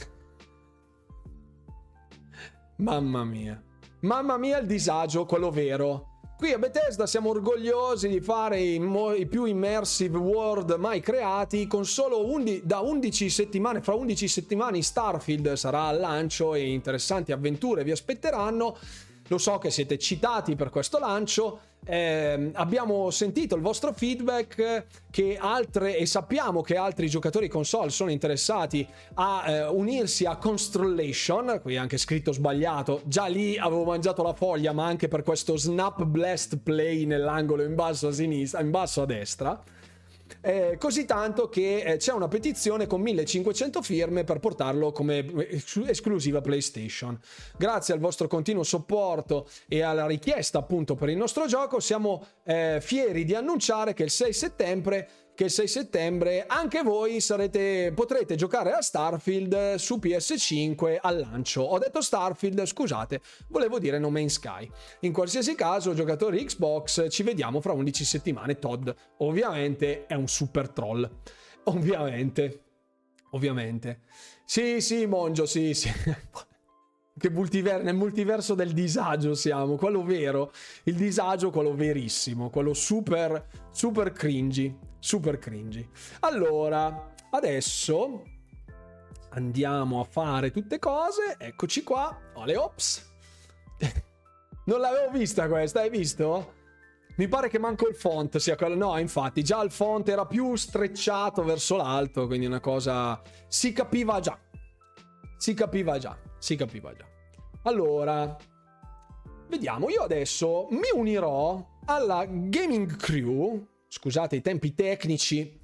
Mamma mia. Mamma mia il disagio, quello vero. Qui a Bethesda siamo orgogliosi di fare i, mo- i più immersive world mai creati con solo undici, da undici settimane, fra undici settimane Starfield sarà al lancio e interessanti avventure vi aspetteranno. Lo so che siete eccitati per questo lancio, eh, abbiamo sentito il vostro feedback che altre, e sappiamo che altri giocatori console sono interessati a eh, unirsi a Constellation, qui è anche scritto sbagliato, già lì avevo mangiato la foglia, ma anche per questo Snap Blast Play nell'angolo in basso a sinistra, in basso a destra. Eh, così tanto che eh, c'è una petizione con millecinquecento firme per portarlo come es- esclusiva PlayStation. Grazie al vostro continuo supporto e alla richiesta appunto per il nostro gioco siamo eh, fieri di annunciare che il sei settembre che il sei settembre anche voi sarete, potrete giocare a Starfield su P S cinque al lancio. Ho detto Starfield, scusate, volevo dire No Man's Sky. In qualsiasi caso, giocatori Xbox, ci vediamo fra undici settimane. Todd, ovviamente, è un super troll. Ovviamente. Ovviamente. Sì, sì, Mongio, sì, sì. Che multiverso, nel multiverso del disagio siamo, quello vero, il disagio, quello verissimo, quello super, super cringy, super cringy. Allora, adesso andiamo a fare tutte cose, eccoci qua, ole ops, non l'avevo vista questa, hai visto? Mi pare che manco il font sia quello, no, infatti, già il font era più strecciato verso l'alto, quindi una cosa, si capiva già, si capiva già. Si capiva già. Allora, vediamo, io adesso mi unirò alla gaming crew, scusate i tempi tecnici